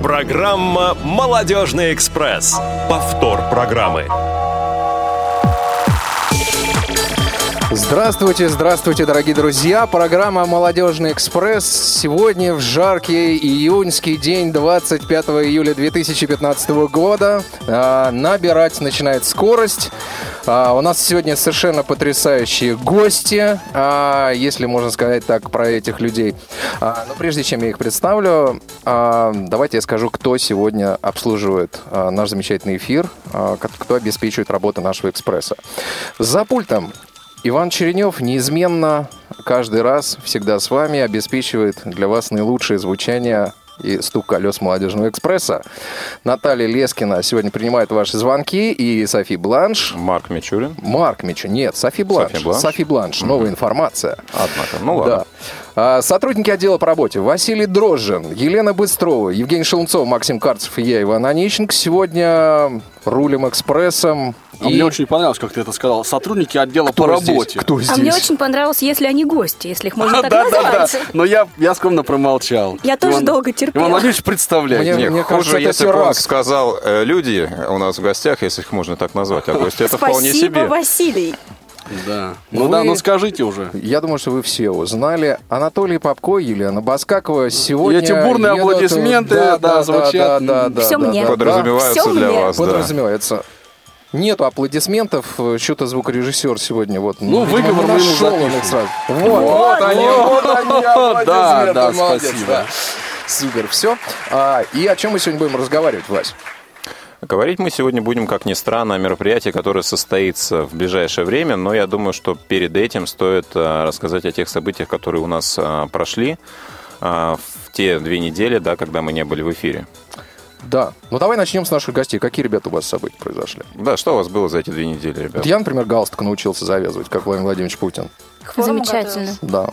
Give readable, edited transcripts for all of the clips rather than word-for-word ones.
Программа «Молодежный экспресс». Повтор программы. Здравствуйте, здравствуйте, дорогие друзья. Программа «Молодежный экспресс». Сегодня в жаркий июньский день, 25 июля 2015 года. Набирать начинает скорость. У нас сегодня совершенно потрясающие гости, если можно сказать так про этих людей. Но прежде чем я их представлю, давайте я скажу, кто сегодня обслуживает наш замечательный эфир, кто обеспечивает работу нашего экспресса. За пультом Иван Черенев неизменно, каждый раз, всегда с вами, обеспечивает для вас наилучшее звучание и стук колес «Молодежного экспресса». Наталья Лескина сегодня принимает ваши звонки, и Софи Бланш. Марк Мичурин. Нет, Софи Бланш. Софи Бланш. Новая информация. Однако, ну ладно. Да. Сотрудники отдела по работе: Василий Дрожжин, Елена Быстрова, Евгений Шелунцов, Максим Карцев и я, Иван Онищенко. Сегодня рулим экспрессом. Мне очень понравилось, как ты это сказал. Сотрудники отдела по работе. Кто здесь? А мне очень понравилось, если они гости, если их можно так назвать. Да. Но я скромно промолчал. Я тоже долго терпела. Иван Владимирович, представляет. Мне Хуже, кажется, это если бы он теракт. сказал люди у нас в гостях, если их можно так назвать, а гости это вполне Спасибо, себе. Василий. Да. Ну скажите уже. Я думаю, что вы все узнали. Анатолий Попко, Елена Баскакова сегодня. И эти бурные аплодисменты, звучат. Всё мне. Подразумеваются Всё для мне. вас, да. Подразумевается. Нету аплодисментов, что-то звукорежиссер сегодня выговор мы ему нашел он запишем. их сразу. Вот они, аплодисменты. Да, молодец, спасибо. да. Супер, все. И о чем мы сегодня будем разговаривать, Вась? Говорить мы сегодня будем, как ни странно, о мероприятии, которое состоится в ближайшее время, но я думаю, что перед этим стоит рассказать о тех событиях, которые у нас прошли в те 2 недели, когда мы не были в эфире. Да. Ну, давай начнем с наших гостей. Какие, ребята, у вас события произошли? Да, что у вас было за эти 2 недели, ребята? Вот я, например, галстук научился завязывать, как Владимир Владимирович Путин. Замечательно. Да.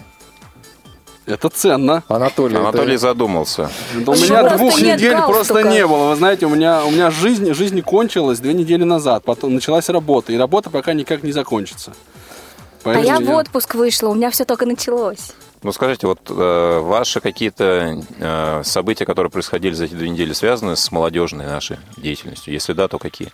Это ценно. Анатолий задумался. У Еще меня просто 2 нет недель просто галстука. не было. Вы знаете, у меня жизнь кончилась 2 недели назад. Потом началась работа. И работа пока никак не закончится. А Поэтому я в отпуск вышла, у меня все только началось. Ну, скажите, вот ваши какие-то события, которые происходили за эти 2 недели, связаны с молодежной нашей деятельностью? Если да, то какие?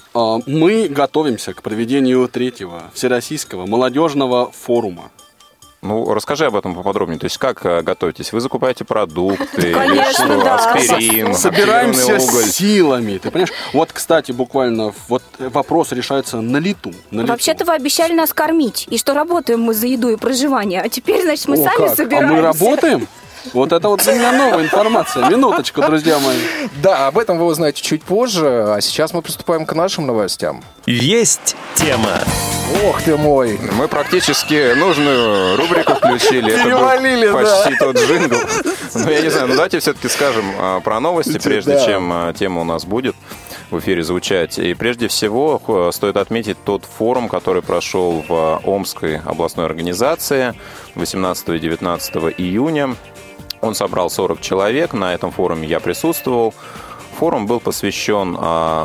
Мы готовимся к проведению 3-го Всероссийского молодежного форума. Ну, расскажи об этом поподробнее. То есть, как готовитесь? Вы закупаете продукты? Или Конечно, что? да. Аспирин, Собираемся активированный уголь? силами. Ты понимаешь? Вот, кстати, буквально вопрос решается на лету. Вообще-то вы обещали нас кормить, и что работаем мы за еду и проживание, а теперь, значит, мы сами как? А собираемся. мы работаем? Вот это вот для меня новая информация. Минуточку, друзья мои. Да, об этом вы узнаете чуть позже. А сейчас мы приступаем к нашим новостям. Есть тема. Ох ты мой. Мы практически нужную рубрику включили. Перевалили, Это был почти тот джингл. Ну, я не знаю, давайте все-таки скажем про новости, прежде Да. чем тема у нас будет в эфире звучать. И прежде всего стоит отметить тот форум, который прошел в Омской областной организации 18 и 19 июня. Он собрал 40 человек, на этом форуме я присутствовал. Форум был посвящен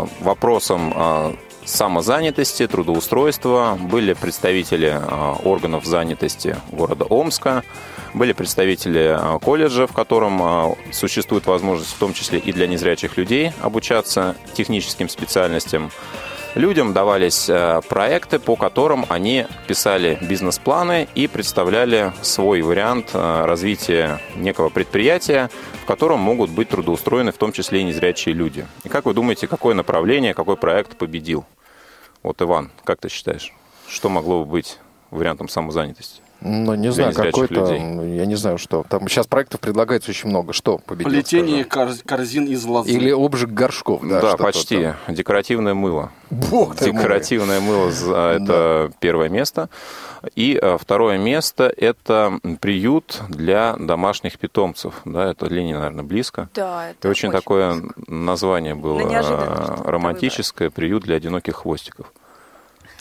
вопросам самозанятости, трудоустройства. Были представители органов занятости города Омска, были представители колледжа, в котором существует возможность, в том числе и для незрячих людей, обучаться техническим специальностям. Людям давались проекты, по которым они писали бизнес-планы и представляли свой вариант развития некого предприятия, в котором могут быть трудоустроены в том числе и незрячие люди. И как вы думаете, какое направление, какой проект победил? Вот, Иван, как ты считаешь, что могло бы быть вариантом самозанятости? Ну, не знаю, незрячих какой-то, людей. я не знаю, что. Там сейчас проектов предлагается очень много. Что победил? Плетение скажи? корзин из лозы. Или обжиг горшков. Да, что-то почти. там. Декоративное мыло. Бог ты мой. Декоративное мыло – это первое место. И второе место – это приют для домашних питомцев. Да, это Лене, наверное, близко. Да, И очень такое название было неожиданно, что романтическое – приют для одиноких хвостиков.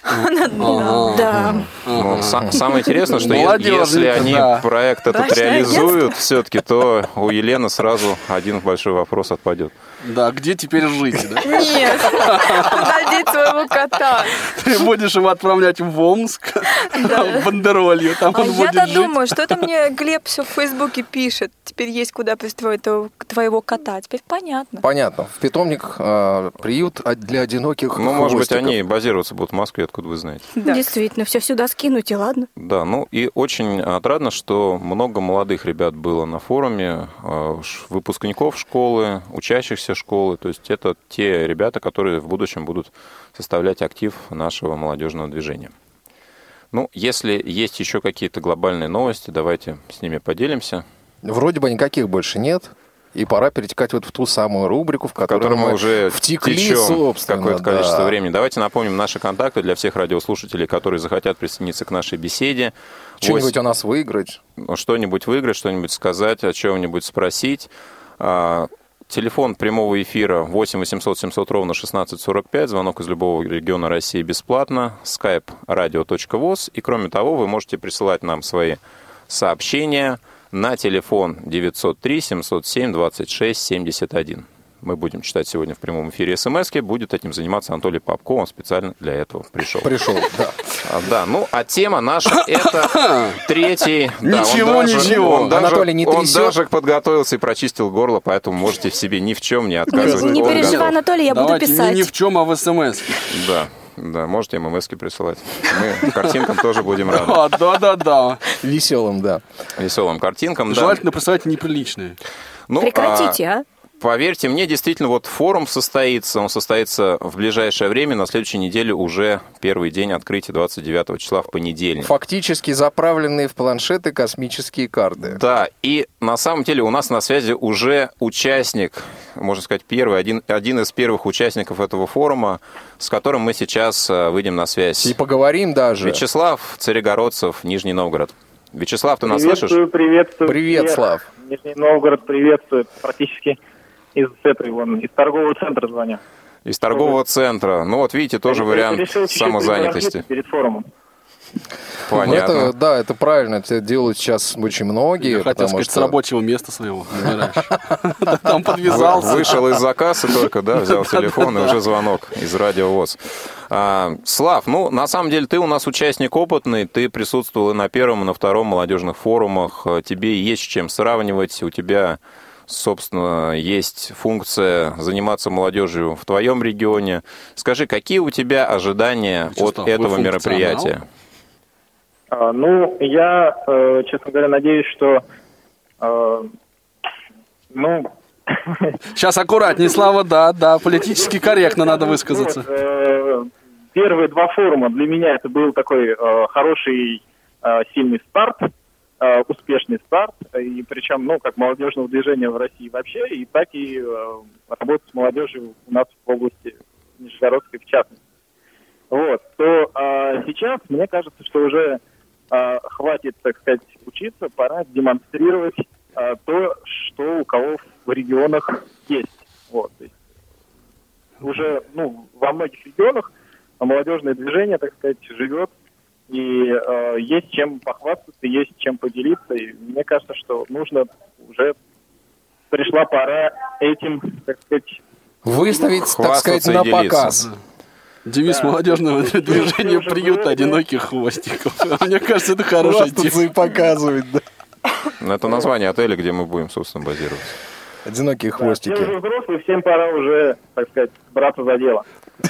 Да. Ну, самое интересное, что Молодежненько, если они да. проект этот Брачное реализуют все-таки, то у Елены сразу один большой вопрос отпадет. Да, где теперь жить, да? Нет, надеть своего кота. Ты будешь его отправлять в Омск, в бандеролью, там А он будет я-то жить. думаю, что это мне Глеб все в Фейсбуке пишет. Теперь есть куда пристроить твоего кота. Теперь понятно. Понятно. В питомник, приют для одиноких Ну, может быть, хвостиков. они базироваться будут в Москве, откуда вы знаете. Да. Действительно, все сюда скинуть, и ладно. Да, ну и очень отрадно, что много молодых ребят было на форуме, выпускников школы, учащихся школы. То есть это те ребята, которые в будущем будут составлять актив нашего молодежного движения. Ну, если есть еще какие-то глобальные новости, давайте с ними поделимся. Вроде бы никаких больше нет. И пора перетекать вот в ту самую рубрику, в которую мы уже втекли, течем собственно. какое-то количество времени. Давайте напомним наши контакты для всех радиослушателей, которые захотят присоединиться к нашей беседе. Что-нибудь у нас выиграть. Что-нибудь выиграть, что-нибудь сказать, о чем-нибудь спросить. Телефон прямого эфира 8 800 700 ровно 1645. Звонок из любого региона России бесплатно. Skype radio.voz. И кроме того, вы можете присылать нам свои сообщения на телефон 903 707 26 71. Мы будем читать сегодня в прямом эфире смс-ки. Будет этим заниматься Анатолий Попко. Он специально для этого пришел. Да. Да, ну, а тема наша — это третий... Ничего. Анатолий, не Он трясет. даже подготовился и прочистил горло, поэтому можете в себе ни в чем не отказывать. Не Он переживай, готов. Анатолий, я буду Давайте писать. ни в чем, а в СМС. Да, можете ММСки присылать. Мы картинкам тоже будем рады. Да. Веселым, да. Веселым картинкам, да. Желательно присылать неприличные. Ну, Прекратите, а? Поверьте мне, действительно, вот форум состоится, он состоится в ближайшее время, на следующей неделе уже первый день открытия, 29 числа в понедельник. Фактически заправленные в планшеты космические карты. Да, и на самом деле у нас на связи уже участник, можно сказать, один из первых участников этого форума, с которым мы сейчас выйдем на связь. И поговорим даже. Вячеслав Царегородцев, Нижний Новгород. Вячеслав, ты нас слышишь? Приветствую. Привет, всех. Слав. Нижний Новгород приветствует. Практически из торгового центра звоню. Из торгового центра. Ну вот видите, тоже вариант Решил чуть-чуть самозанятости. перед форумом. Понятно. Это правильно, это делают сейчас очень многие. Я хотел потому сказать, с что рабочего места своего. Там подвязался. Вышел из заказа только, да, взял телефон и уже звонок из Радио ВОС. Слав, ну, на самом деле, ты у нас участник опытный, ты присутствовал и на первом, и на втором молодежных форумах, тебе есть с чем сравнивать, у тебя, собственно, есть функция заниматься молодежью в твоем регионе. Скажи, какие у тебя ожидания от Вячеслав, этого вы мероприятия? Ну, я, честно говоря, надеюсь, что... Сейчас аккуратнее, Слава, да, политически корректно надо высказаться. Первые два форума для меня это был такой хороший, сильный старт, успешный старт, и причем, как молодежного движения в России вообще, и так и работа с молодежью у нас в области Нижегородской в частности. Вот, то сейчас, мне кажется, что уже хватит, так сказать, учиться, пора демонстрировать то, что у кого в регионах есть. Вот, то есть уже, во многих регионах молодежное движение, так сказать, живет, и есть чем похвастаться, есть чем поделиться, и мне кажется, что пришла пора этим, так сказать, выставить, так сказать, Хвастаться и на делиться. показ. Девиз молодежного движения «Приют одиноких хвостиков». Мне кажется, это хороший Хвастаться и девиз. показывать, да. Это название отеля, где мы будем, собственно, базироваться. Одинокие все хвостики. уже взрослые, всем пора уже, так сказать, браться за дело.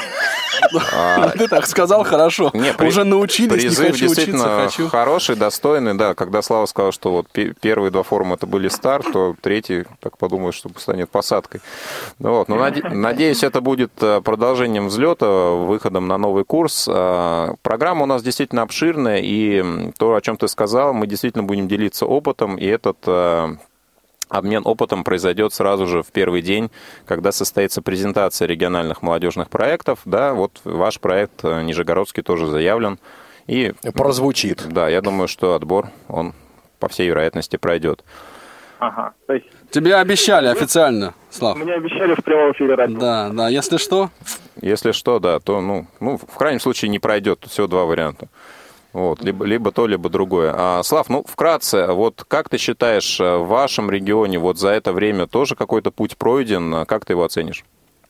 Ты так сказал, хорошо. Уже научились, не Призыв хочу учиться, действительно хочу. хороший, достойный, да. Когда Слава сказал, что вот первые два форума это были старт, то третий, так подумаю, что станет посадкой. Но надеюсь, это будет продолжением взлета, выходом на новый курс. Программа у нас действительно обширная, и то, о чем ты сказал, мы действительно будем делиться опытом, и этот обмен опытом произойдет сразу же в первый день, когда состоится презентация региональных молодежных проектов. Да, вот ваш проект Нижегородский тоже заявлен. И Прозвучит. да, я думаю, что отбор, он по всей вероятности пройдет. Ага, то есть Тебе обещали официально, Слав. мне обещали в прямом эфире радио. Да, если что, Если что, да, то, в крайнем случае не пройдет. Тут всего два варианта. Вот, либо то, либо другое. Слав, вкратце, вот как ты считаешь, в вашем регионе вот за это время тоже какой-то путь пройден? Как ты его оценишь?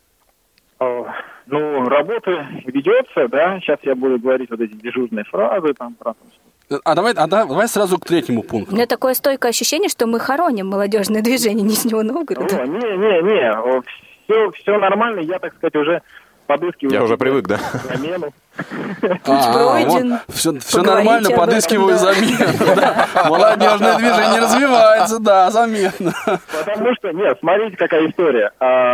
Работа ведется, да. Сейчас я буду говорить вот эти дежурные фразы там про... Давай сразу к третьему пункту. У меня такое стойкое ощущение, что мы хороним молодежное движение Нижнего Новгорода. Не, все нормально, я, так сказать, уже подыскиваю... Я уже привык, да? Замену. Пройден. Все нормально, подыскиваю замену. Молодежное движение развивается, да, замена. Потому что, нет, смотрите, какая история.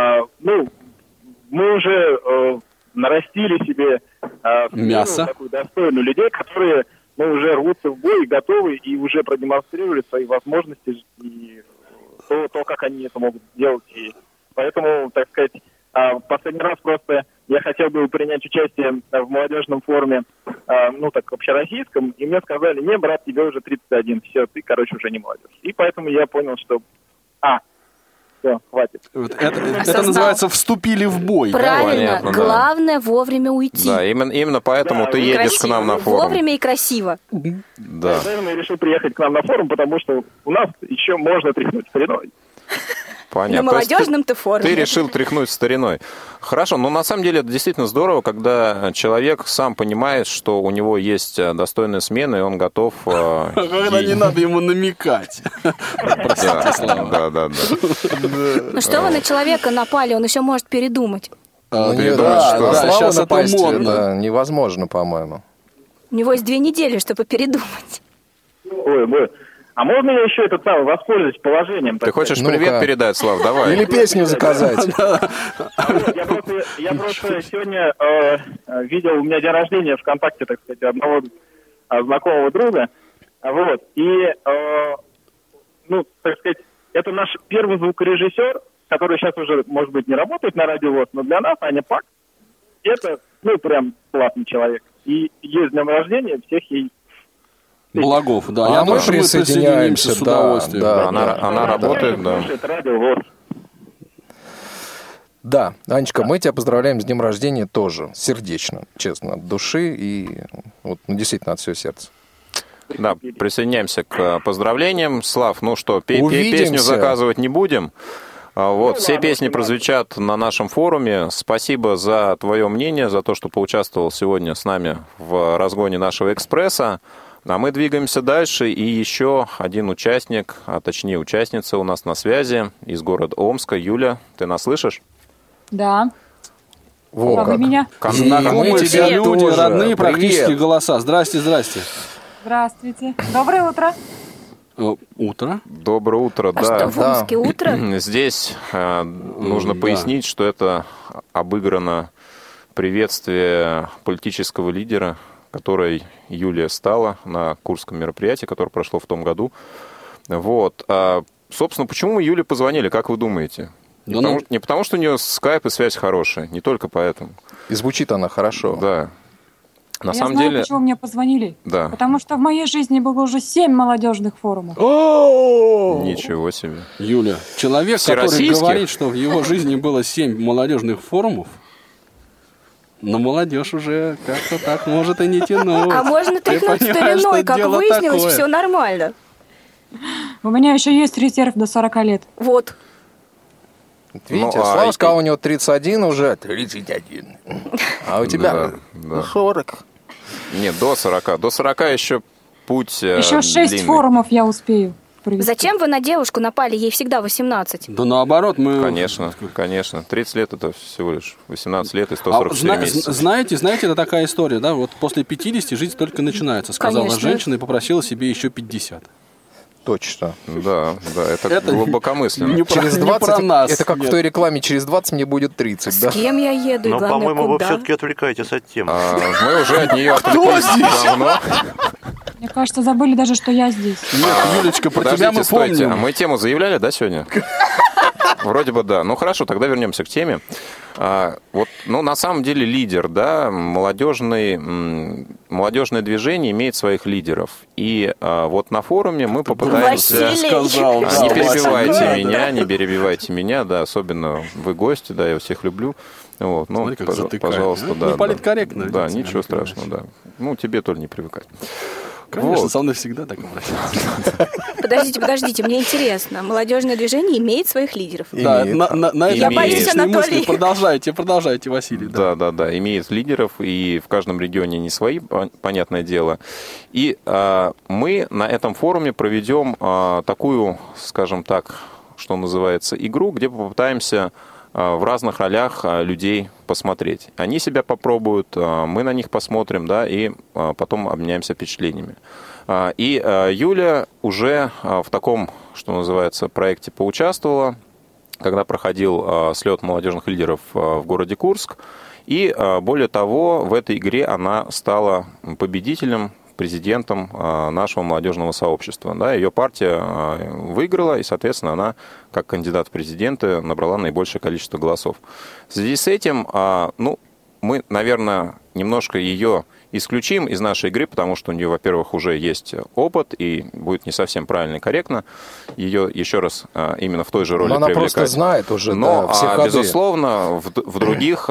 Мы уже нарастили себе мясо, такую достойную людей, которые уже рвутся в бой, готовы и уже продемонстрировали свои возможности и то, как они это могут сделать. И поэтому, так сказать, в последний раз просто я хотел бы принять участие в молодежном форуме, общероссийском, и мне сказали: не, брат, тебе уже 31, все, ты, уже не молодежь. И поэтому я понял, что... Все, хватит. Это называется «вступили в бой». Правильно. Да? Главное вовремя уйти. Да, именно поэтому ты едешь красиво. к нам на форум. Вовремя и красиво. Да. Поэтому я решил приехать к нам на форум, потому что у нас еще можно тряхнуть стариной. Понятно. На молодежном-то форуме. Ты решил тряхнуть стариной. Хорошо, на самом деле это действительно здорово, когда человек сам понимает, что у него есть достойная смена, и он готов... Когда не надо ему намекать. Да. Ну что вы на человека напали, он еще может передумать. Сейчас это модно. Невозможно, по-моему. У него есть 2 недели, чтобы передумать. А можно я еще воспользуюсь положением? Ты хочешь привет передать, Слав? Давай. Или песню заказать. Я просто сегодня видел, у меня день рождения ВКонтакте, так сказать, одного знакомого друга. Вот. И, так сказать, это наш первый звукорежиссер, который сейчас уже, может быть, не работает на радио ВОС, но для нас Аня Пак, это, прям классный человек. И ей с днем рождения, всех ей... Благов, да. Мы присоединяемся с удовольствием. Да, она работает, да. Да, Анечка, мы тебя поздравляем с днем рождения тоже, сердечно, честно, от души и действительно от всего сердца. Да, присоединяемся к поздравлениям. Слав, песню заказывать не будем. Все песни прозвучат на нашем форуме. Спасибо за твое мнение, за то, что поучаствовал сегодня с нами в разгоне нашего экспресса. А мы двигаемся дальше, и еще один участник, а точнее участница у нас на связи из города Омска. Юля, ты нас слышишь? Да. Вы меня? Знакомые тебе люди, родные практически голоса. Здрасте. Здравствуйте. Доброе утро. Утро? Доброе утро, да. Что, в Омске утро? Здесь нужно пояснить, что это обыграно приветствие политического лидера, которой Юлия стала на Курском мероприятии, которое прошло в том году. Собственно, почему мы Юле позвонили, как вы думаете? Не потому, что у нее скайп и связь хорошая, не только поэтому. И звучит она хорошо. Да. На Я самом знаю, деле... почему мне позвонили. Да. Потому что в моей жизни было уже 7 молодежных форумов. Ничего себе. Юля, человек, который говорит, что в его жизни было 7 молодежных форумов, но молодежь уже как-то так может и не тянуть. А можно тряхнуть стариной, как выяснилось, все нормально. У меня еще есть резерв до 40 лет. Вот. Видите, Слава сказал, у него 31 уже. 31. А у тебя 40. Нет, до 40. До 40 еще путь Еще 6 длинный. форумов я успею провести. Зачем вы на девушку напали? Ей всегда 18. Да наоборот, мы... Конечно. 30 лет это всего лишь 18 лет и 144 месяца. Знаете, это такая история, да? Вот после 50 жизнь только начинается, сказала женщина и попросила себе еще 50. Точно. Да, это глубокомысленно. Через 20, это как в той рекламе, через 20 мне будет 30, да? С кем я еду? Но, по-моему, вы все-таки отвлекаетесь от темы. Мы уже от нее отвлеклись давно. Мне кажется, забыли даже, что я здесь. Нет, Юлечка, про тебя мы помним. Мы тему заявляли, да, сегодня? Вроде бы да. Ну хорошо, тогда вернемся к теме. На самом деле лидер, да, молодежное движение имеет своих лидеров. И вот на форуме мы попытаемся... Не перебивайте меня, да, особенно вы гости, да, я всех люблю. Вот, смотри, как пожалуйста, да. Не политкорректно. Да, ничего страшного, да. Тебе тоже не привыкать. Конечно, со мной всегда так обращаются. Подождите, мне интересно. Молодежное движение имеет своих лидеров? Да, на я боюсь, Анатолий. Продолжайте, Василий. Да, имеет лидеров, и в каждом регионе не свои, понятное дело. И мы на этом форуме проведем такую, скажем так, что называется, игру, где попытаемся в разных ролях людей посмотреть. Они себя попробуют, мы на них посмотрим, да, и потом обменяемся впечатлениями. И Юля уже в таком, что называется, проекте поучаствовала, когда проходил слет молодежных лидеров в городе Курск. И более того, в этой игре она стала победителем, президентом нашего молодежного сообщества. Да, ее партия выиграла, и, соответственно, она, как кандидат в президенты, набрала наибольшее количество голосов. В связи с этим, мы, наверное, немножко ее исключим из нашей игры, потому что у нее, во-первых, уже есть опыт, и будет не совсем правильно и корректно ее еще раз именно в той же роли она привлекать. Она просто знает уже, но, все ходы. Безусловно, в других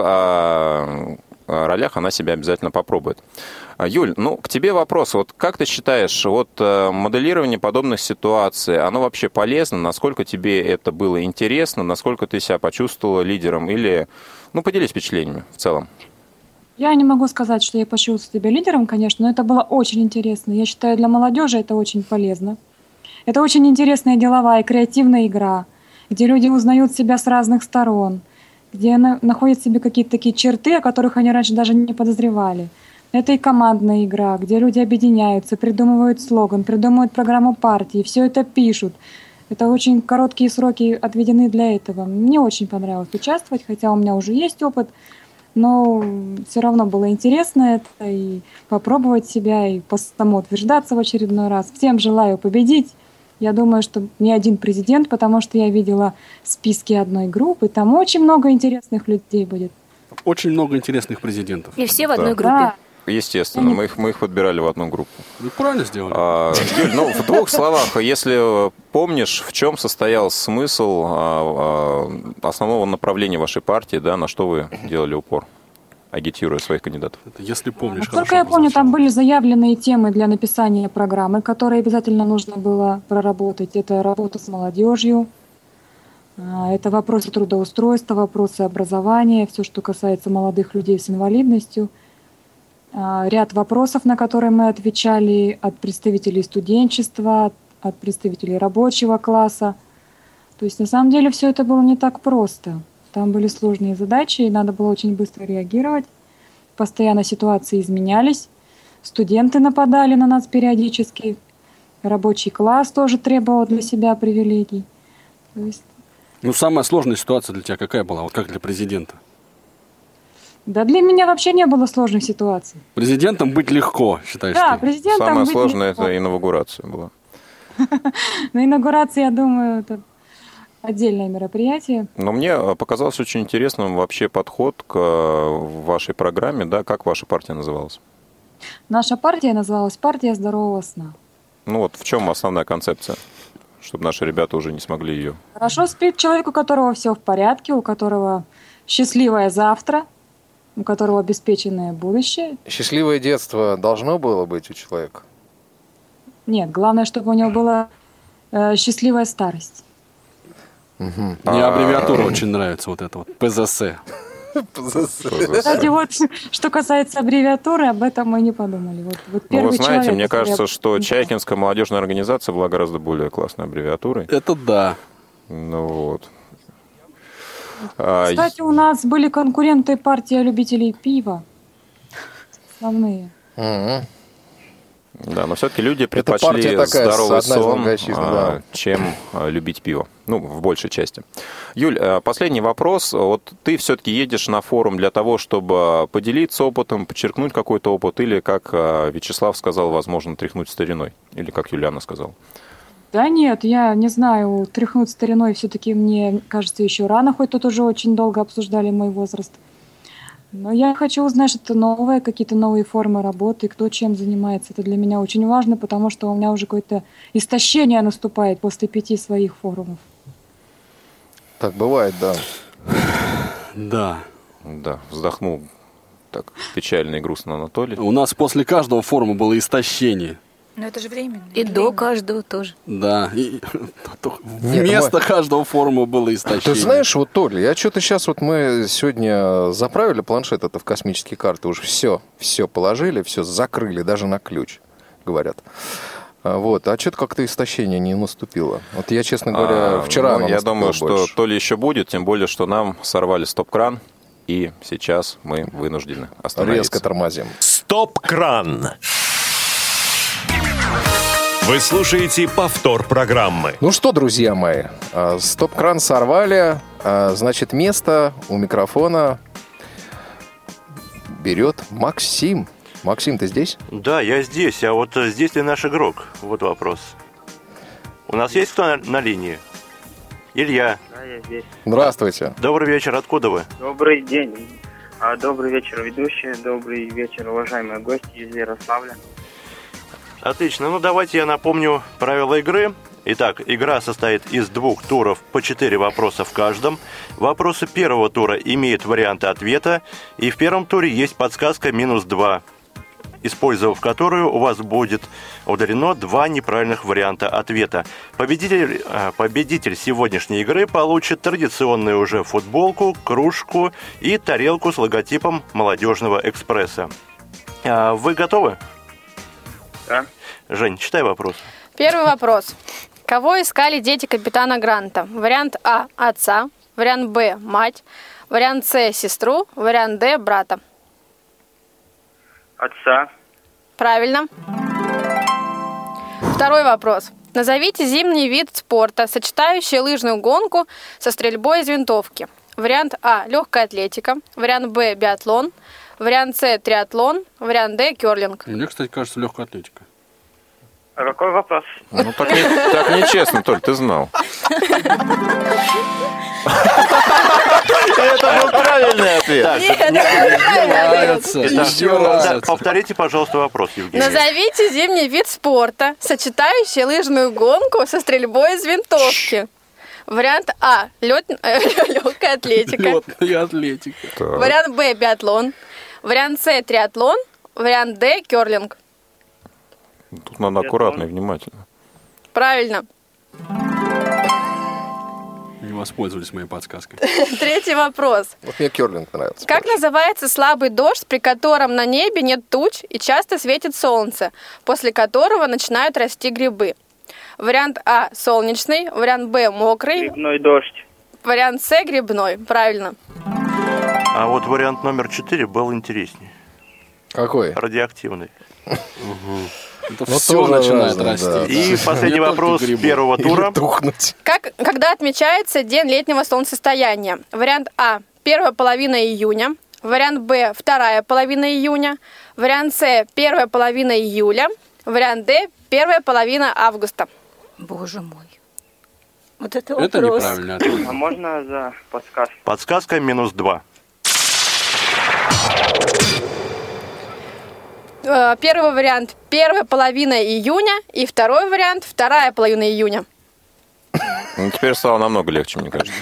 ролях она себя обязательно попробует. Юль, к тебе вопрос. Вот как ты считаешь, моделирование подобных ситуаций, оно вообще полезно? Насколько тебе это было интересно? Насколько ты себя почувствовала лидером? Или, поделись впечатлениями в целом. Я не могу сказать, что я почувствовала себя лидером, конечно, но это было очень интересно. Я считаю, для молодежи это очень полезно. Это очень интересная деловая и креативная игра, где люди узнают себя с разных сторон, где находят в себе какие-то такие черты, о которых они раньше даже не подозревали. Это и командная игра, где люди объединяются, придумывают слоган, придумывают программу партии, все это пишут. Это очень короткие сроки отведены для этого. Мне очень понравилось участвовать, хотя у меня уже есть опыт, но все равно было интересно это, и попробовать себя, и самоутверждаться в очередной раз. Всем желаю победить. Я думаю, что не один президент, потому что я видела списки одной группы, там очень много интересных людей будет. Очень много интересных президентов. И все в одной группе. Да. Естественно, мы их подбирали в одну группу. Правильно сделали. Юль, в двух словах, если помнишь, в чем состоял смысл основного направления вашей партии, да, на что вы делали упор, агитируя своих кандидатов? Это если помнишь. Насколько я помню, там были заявленные темы для написания программы, которые обязательно нужно было проработать. Это работа с молодежью, это вопросы трудоустройства, вопросы образования, все, что касается молодых людей с инвалидностью. Ряд вопросов, на которые мы отвечали от представителей студенчества, от представителей рабочего класса. То есть на самом деле все это было не так просто. Там были сложные задачи, и надо было очень быстро реагировать. Постоянно ситуации изменялись. Студенты нападали на нас периодически. Рабочий класс тоже требовал для себя привилегий. То есть... самая сложная ситуация для тебя какая была? Вот как для президента? Да для меня вообще не было сложных ситуаций. Президентом быть легко, считаешь да, ты? Президентом Самое быть сложное легко. это инаугурация была. На инаугурации, я думаю, это отдельное мероприятие. Но мне показалось очень интересным вообще подход к вашей программе, да, как ваша партия называлась? Наша партия называлась «Партия здорового сна». В чем основная концепция, чтобы наши ребята уже не смогли ее... Хорошо спит человек, у которого все в порядке, у которого счастливое завтра, у которого обеспеченное будущее. Счастливое детство должно было быть у человека? Нет, главное, чтобы у него была счастливая старость. Мне аббревиатура очень нравится, вот это вот, ПЗС. Кстати, что касается аббревиатуры, об этом мы не подумали. Вы знаете, мне кажется, что Чайкинская молодежная организация была гораздо более классной аббревиатурой. Это да. Кстати, у нас были конкуренты партия любителей пива. Основные. Да, но все-таки люди предпочли здоровый сон, чем любить пиво. В большей части. Юль, последний вопрос. Вот ты все-таки едешь на форум для того, чтобы поделиться опытом, подчеркнуть какой-то опыт, или, как Вячеслав сказал, возможно, тряхнуть стариной, или как Юлиана сказала? Да нет, я не знаю, тряхнуть стариной все-таки, мне кажется, еще рано, хоть тут уже очень долго обсуждали мой возраст. Но я хочу узнать что-то новое, какие-то новые формы работы, кто чем занимается. Это для меня очень важно, потому что у меня уже какое-то истощение наступает после 5 своих форумов. Так бывает, да. Да. Да, вздохнул так печально и грустно Анатолий. У нас после каждого форума было истощение. Но это же временно. И до каждого тоже. Да, и вместо каждого форума было истощение. Ты знаешь, вот, Толя, я что-то сейчас, вот мы сегодня заправили планшет это в космические карты, уже все положили, все закрыли, даже на ключ, говорят. Вот, а что-то как-то истощение не наступило. Вот я, честно говоря, вчера я думаю, больше. что то ли еще будет, тем более, что нам сорвали стоп-кран, и сейчас мы вынуждены остановиться. Резко тормозим. Стоп-кран. Вы слушаете повтор программы. Ну что, друзья мои, стоп-кран сорвали, значит, место у микрофона берет Максим. Максим, ты здесь? Да, я здесь. А вот здесь ли наш игрок? Вот вопрос. У нас есть кто на линии? Илья. Да, я здесь. Здравствуйте. Добрый вечер. Откуда вы? Добрый день. Добрый вечер, ведущие. Добрый вечер, уважаемые гости из Ярославля. Отлично. Ну, давайте я напомню правила игры. Итак, игра состоит из 2 туров по 4 вопроса в каждом. Вопросы первого тура имеют варианты ответа. И в первом туре есть подсказка -2, использовав которую у вас будет удалено 2 неправильных варианта ответа. Победитель сегодняшней игры получит традиционную уже футболку, кружку и тарелку с логотипом «Молодежного экспресса». Вы готовы? Да. Жень, читай вопрос. Первый вопрос. Кого искали дети капитана Гранта? Вариант А – отца, вариант Б – мать, вариант С – сестру, вариант Д – брата. Отца. Правильно. Второй вопрос. Назовите зимний вид спорта, сочетающий лыжную гонку со стрельбой из винтовки. Вариант А – легкая атлетика, вариант Б – биатлон, вариант С – триатлон, вариант Д – керлинг. Мне, кстати, кажется, легкая атлетика. А какой вопрос? Ну, так нечестно, Толь, ты знал. Это был правильный ответ. Повторите, пожалуйста, вопрос, Евгений. Назовите зимний вид спорта, сочетающий лыжную гонку со стрельбой из винтовки. Вариант А – легкая атлетика. Легкая атлетика. Вариант Б – биатлон. Вариант С – триатлон. Вариант Д – керлинг. Тут надо аккуратно и внимательно. Правильно. Не воспользовались моей подсказкой. Третий вопрос. Вот мне керлинг нравится. Как называется слабый дождь, при котором на небе нет туч и часто светит солнце, после которого начинают расти грибы? Вариант А – солнечный, вариант Б – мокрый. Грибной дождь. Вариант С – грибной. Правильно. А вот вариант номер 4 был интереснее. Какой? Радиоактивный. Это все начинает расти. Да. И последний вопрос первого тура. Когда отмечается День летнего солнцестояния? Вариант А – первая половина июня. Вариант Б – вторая половина июня. Вариант С – первая половина июля. Вариант Д – первая половина августа. Боже мой. Вот это вопрос. Это неправильно. А можно за подсказку? Подсказка -2. Первый вариант – первая половина июня, и второй вариант – вторая половина июня. Ну, теперь стало намного легче, мне кажется.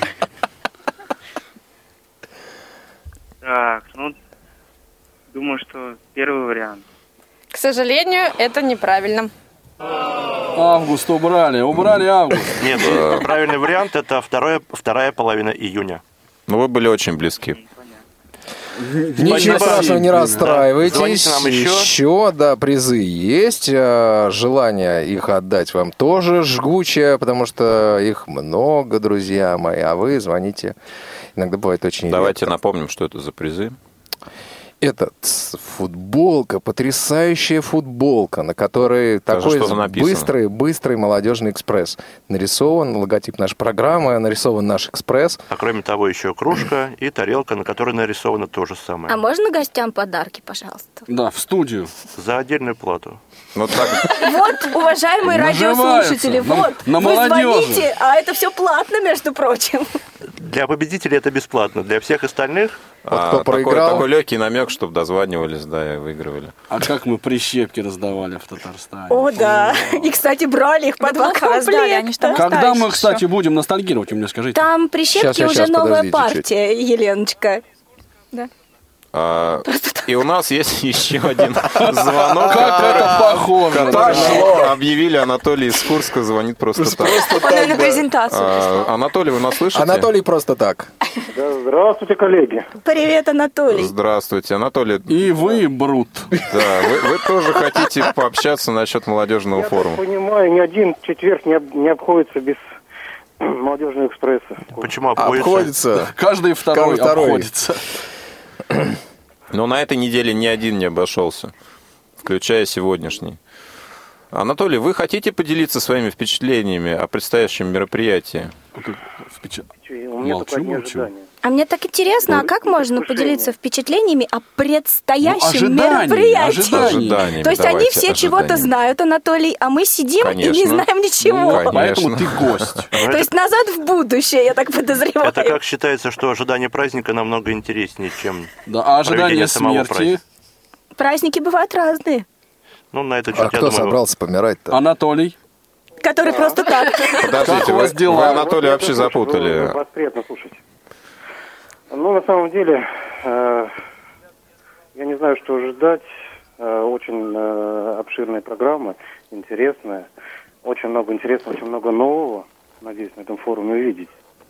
Так, ну, думаю, что первый вариант. К сожалению, это неправильно. Август убрали август. Нет, правильный вариант – это вторая половина июня. Ну, вы были очень близки. Ничего страшного, не расстраивайтесь. Да. Еще, да, призы есть. Желание их отдать вам тоже жгучее, потому что их много, друзья мои. А вы звоните. Иногда бывает очень Давайте редко. напомним, что это за призы. Это футболка, потрясающая футболка, на которой такой быстрый молодежный экспресс. Нарисован логотип нашей программы, нарисован наш экспресс. А кроме того, еще кружка и тарелка, на которой нарисовано то же самое. А можно гостям подарки, пожалуйста? Да, в студию. За отдельную плату. Вот, уважаемые радиослушатели, вот, вы звоните, а это все платно, между прочим. Для победителей это бесплатно, для всех остальных... Кто проиграл? Такой легкий намек, чтобы дозванивались, да, и выигрывали. А как мы прищепки раздавали в Татарстане? О, да. И, кстати, брали их по 2 комплекта. Когда мы, кстати, будем ностальгировать, вы мне скажите? Там прищепки уже новая партия, Еленочка. Да. И у нас есть еще один звонок, который объявили, Анатолий из Курска звонит просто так. Он на презентацию. Анатолий, вы нас слышите? Анатолий просто так. Здравствуйте, коллеги. Привет, Анатолий. Здравствуйте, Анатолий. И вы, Брут. Да, вы тоже хотите пообщаться насчет молодежного форума. Я понимаю, ни один четверг не обходится без молодежного экспресса. Почему обходится? Каждый второй обходится. Но на этой неделе ни один не обошелся, включая сегодняшний. Анатолий, вы хотите поделиться своими впечатлениями о предстоящем мероприятии? Молчу. А мне так интересно, а как можно поделиться впечатлениями о предстоящем мероприятии? Ожиданиями. То есть они все чего-то знают, Анатолий, а мы сидим и не знаем ничего. Поэтому ты гость. То есть назад в будущее, я так подозреваю. Это как считается, что ожидание праздника намного интереснее, чем а ожидание смерти? Праздники бывают разные. Ну, на это а кто собрался помирать-то? Анатолий. Который просто так. Подождите, вы Анатолия вообще запутали. Вас приятно слушать. Ну, на самом деле, я не знаю, что ожидать. Очень обширная программа, интересная. Очень много интересного, очень много нового. Надеюсь, на этом форуме увидеть.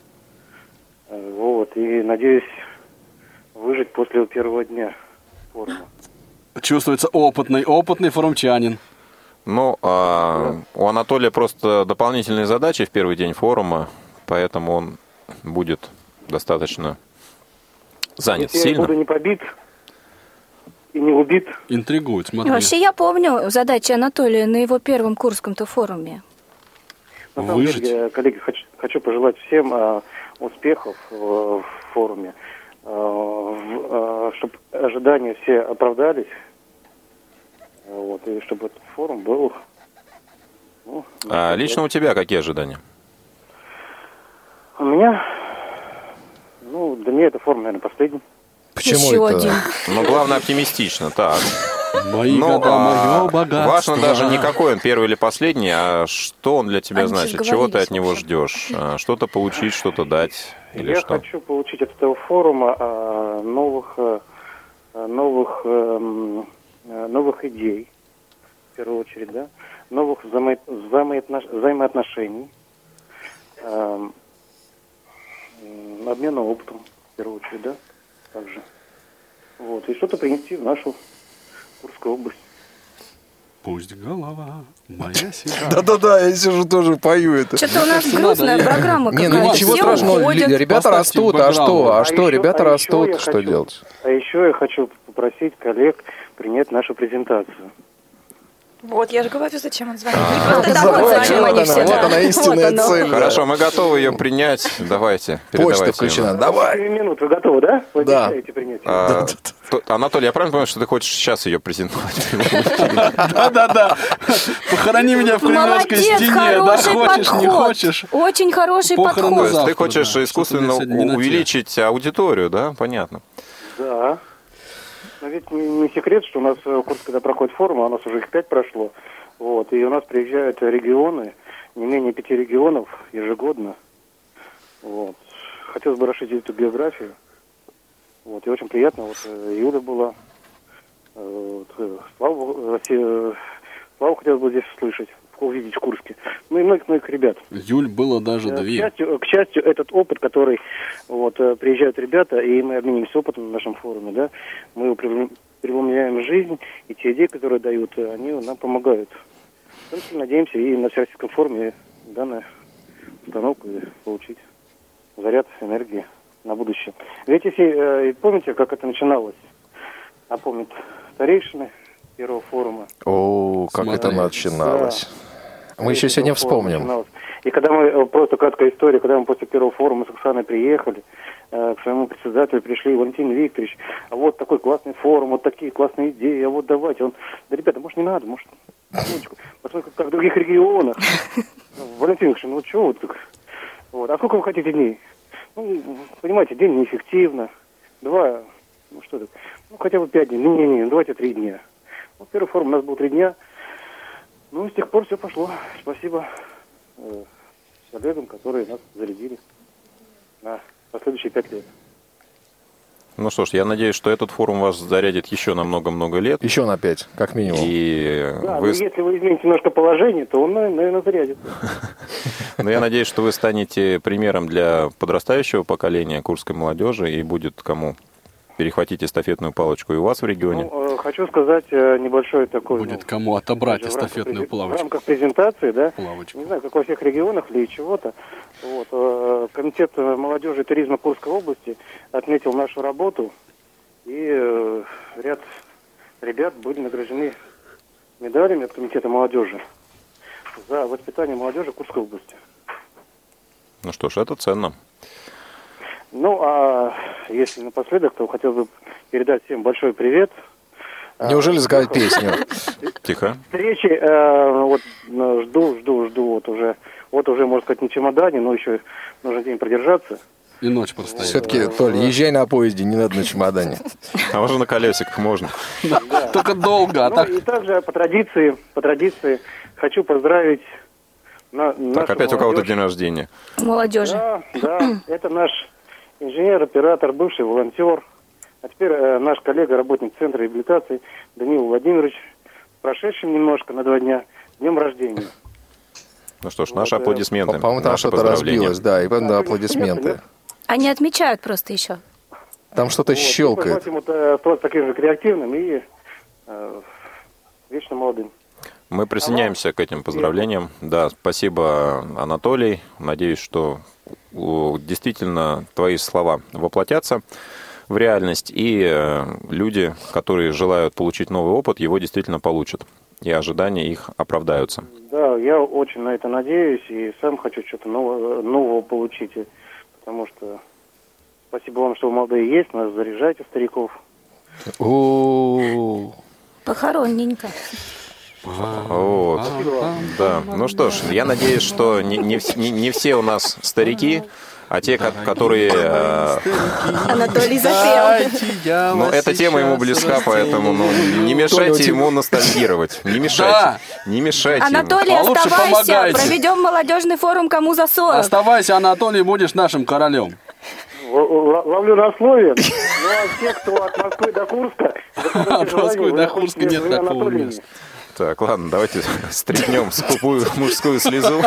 Вот. И надеюсь выжить после первого дня форума. Чувствуется опытный форумчанин. Ну, у Анатолия просто дополнительные задачи в первый день форума, поэтому он будет достаточно занят сильно. Я буду не побит и не убит. Интригует, смотри. Вообще, я помню задачи Анатолия на его первом Курском-то форуме. На самом деле, коллеги, хочу пожелать всем успехов в форуме, чтобы ожидания все оправдались. Вот, и чтобы этот форум был... лично у тебя какие ожидания? У меня... для меня это форум, наверное, последний. Почему это? Один. Ну, главное, оптимистично, так. Мои года, мое богатство. Важно даже не какой он, первый или последний, а что он для тебя значит, чего ты от него ждешь, что-то получить, что-то дать или что? Я хочу получить от этого форума новых идей, в первую очередь, да, новых взаимоотношений, обмена опытом, в первую очередь, да, также. Вот, и что-то принести в нашу Курскую область. Пусть голова моя себя. Да-да-да, я сижу тоже пою это. Что-то у нас грустная программа какая-то. Не, ничего страшного, ребята растут, а что, ребята растут, что делать? А еще я хочу попросить коллег принять нашу презентацию. Вот, я же говорю, зачем он звонит. Вот она истинная цель. Хорошо, мы готовы ее принять. Давайте, почта включена. Давай. 7 минут, вы готовы, да? Вы да. обещаете принять? Анатолий, я правильно понимаю, что ты хочешь сейчас ее презентовать? Да-да-да. Похорони меня в кремлевской стене. Да, хочешь, не хочешь. Очень хороший подход. Ты хочешь искусственно увеличить аудиторию, да? Понятно. Да. Но ведь не секрет, что у нас в Курске, когда проходит форум, а у нас уже их 5 прошло, вот, и у нас приезжают регионы, не менее 5 регионов ежегодно. Вот. Хотелось бы расширить эту биографию. Вот, и очень приятно, вот Юля была, Славу хотелось бы здесь услышать, увидеть в Курске. Ну и многих ребят. Юль было даже 2. К счастью, этот опыт, который приезжают ребята, и мы обмениваемся опытом на нашем форуме, да, мы его преломляем в жизнь, и те идеи, которые дают, они нам помогают. Поэтому надеемся и на Всероссийском форуме данную установку получить заряд энергии на будущее. Ведь если помните, как это начиналось? напомнить старейшины первого форума. О, как это начиналось. Да. Мы еще сегодня вспомним. И когда мы, просто краткая история, когда мы после первого форума с Оксаной приехали, к своему председателю пришли, Валентин Викторович, а вот такой классный форум, вот такие классные идеи, а вот давайте. Он, да, ребята, может, не надо, может, посмотрите, как в других регионах. Валентин Викторович, ну что вы так? Вот. А сколько вы хотите дней? Ну, понимаете, день неэффективно. 2, ну что так, ну хотя бы 5 дней. Не, давайте 3 дня. Вот первый форум у нас был 3 дня. Ну, с тех пор все пошло. Спасибо коллегам, которые нас зарядили на последующие 5 лет. Ну что ж, я надеюсь, что этот форум вас зарядит еще на много-много лет. Еще на 5, как минимум. И да, вы... если вы измените немножко положение, то он, наверное, зарядит. Но я надеюсь, что вы станете примером для подрастающего поколения курской молодежи, и будет кому перехватить эстафетную палочку и у вас в регионе. Ну, хочу сказать небольшой такой... Будет кому отобрать эстафетную палочку. В рамках презентации, да? Не знаю, как во всех регионах или чего-то. Вот, Комитет молодежи и туризма Курской области отметил нашу работу, и ряд ребят были награждены медалями от Комитета молодежи за воспитание молодежи Курской области. Ну что ж, это ценно. Ну, а если напоследок, то хотел бы передать всем большой привет. Неужели сказать песню? Тихо. Встречи, вот жду, вот уже, можно сказать, не чемодане, но еще нужен день продержаться. И ночь простоять. Все-таки, Толь, езжай на поезде, не надо на чемодане. А уже на колесиках можно. Только долго. И также по традиции хочу поздравить так, опять у кого-то день рождения. Молодежи. Да, это наш инженер, оператор, бывший волонтер, а теперь наш коллега, работник Центра реабилитации Данил Владимирович, прошедшим немножко на 2 дня, днем рождения. Ну что ж, наши аплодисменты. По-моему, там что-то разбилось, да, и да, аплодисменты. Они отмечают просто еще. Там что-то щелкает. Хотим оставаться таким же креативным и вечно молодым. Мы присоединяемся к этим поздравлениям. Да, спасибо, Анатолий. Надеюсь, что действительно твои слова воплотятся в реальность, и люди, которые желают получить новый опыт, его действительно получат, и ожидания их оправдаются. Да, я очень на это надеюсь, и сам хочу что-то нового получить, потому что спасибо вам, что вы молодые есть, нас заряжайте, стариков. Похоронненько. Вот. Да. Ну что ж, я надеюсь, что не все у нас старики, а те, которые... Анатолий запел. Ну, эта тема ему близка, поэтому не мешайте ему ностальгировать. Не мешайте. Не мешайте ему. Анатолий, оставайся. Проведем молодежный форум «Кому за 40». Оставайся, Анатолий, будешь нашим королем. Ловлю на слове. Ну, а те, кто от Москвы до Курска... От Москвы до Курска нет такого места. Так, ладно, давайте стряхнем скупую мужскую слезу.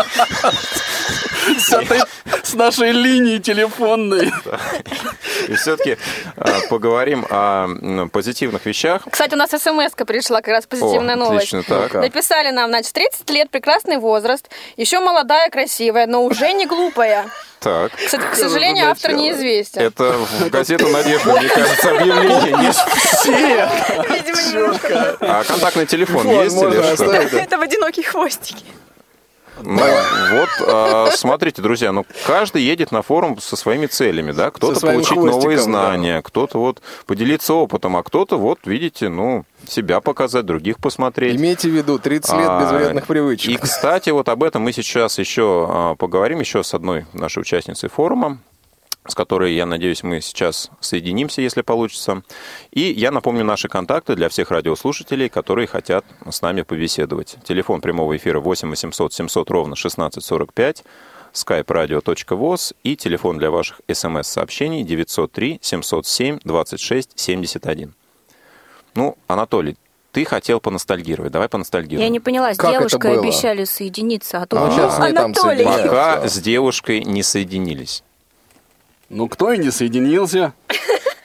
С нашей линии телефонной. И все-таки поговорим о позитивных вещах. Кстати, у нас смс-ка пришла, как раз позитивная новость. Отлично, так. Написали нам, значит, 30 лет, прекрасный возраст, еще молодая, красивая, но уже не глупая. Так. Кстати, к сожалению, автор неизвестен. Это в газету «Надежда», мне кажется, объявление не все. А контактный телефон есть или что? Это в одинокие хвостики. Ну, вот, смотрите, друзья, каждый едет на форум со своими целями, да? Кто-то получить новые знания, кто-то вот поделиться опытом, а кто-то вот, видите, себя показать, других посмотреть. Имейте в виду, 30 лет без вредных привычек. И, кстати, вот об этом мы сейчас еще поговорим еще с одной нашей участницей форума, с которой, я надеюсь, мы сейчас соединимся, если получится. И я напомню наши контакты для всех радиослушателей, которые хотят с нами побеседовать. Телефон прямого эфира 8 800 700 ровно 1645, skype radio.voz и телефон для ваших смс-сообщений 903 707 26 71. Анатолий, ты хотел поностальгировать. Давай поностальгируем. Я не поняла, с девушкой обещали соединиться, а то Анатолий. Пока с девушкой не соединились. Кто и не соединился.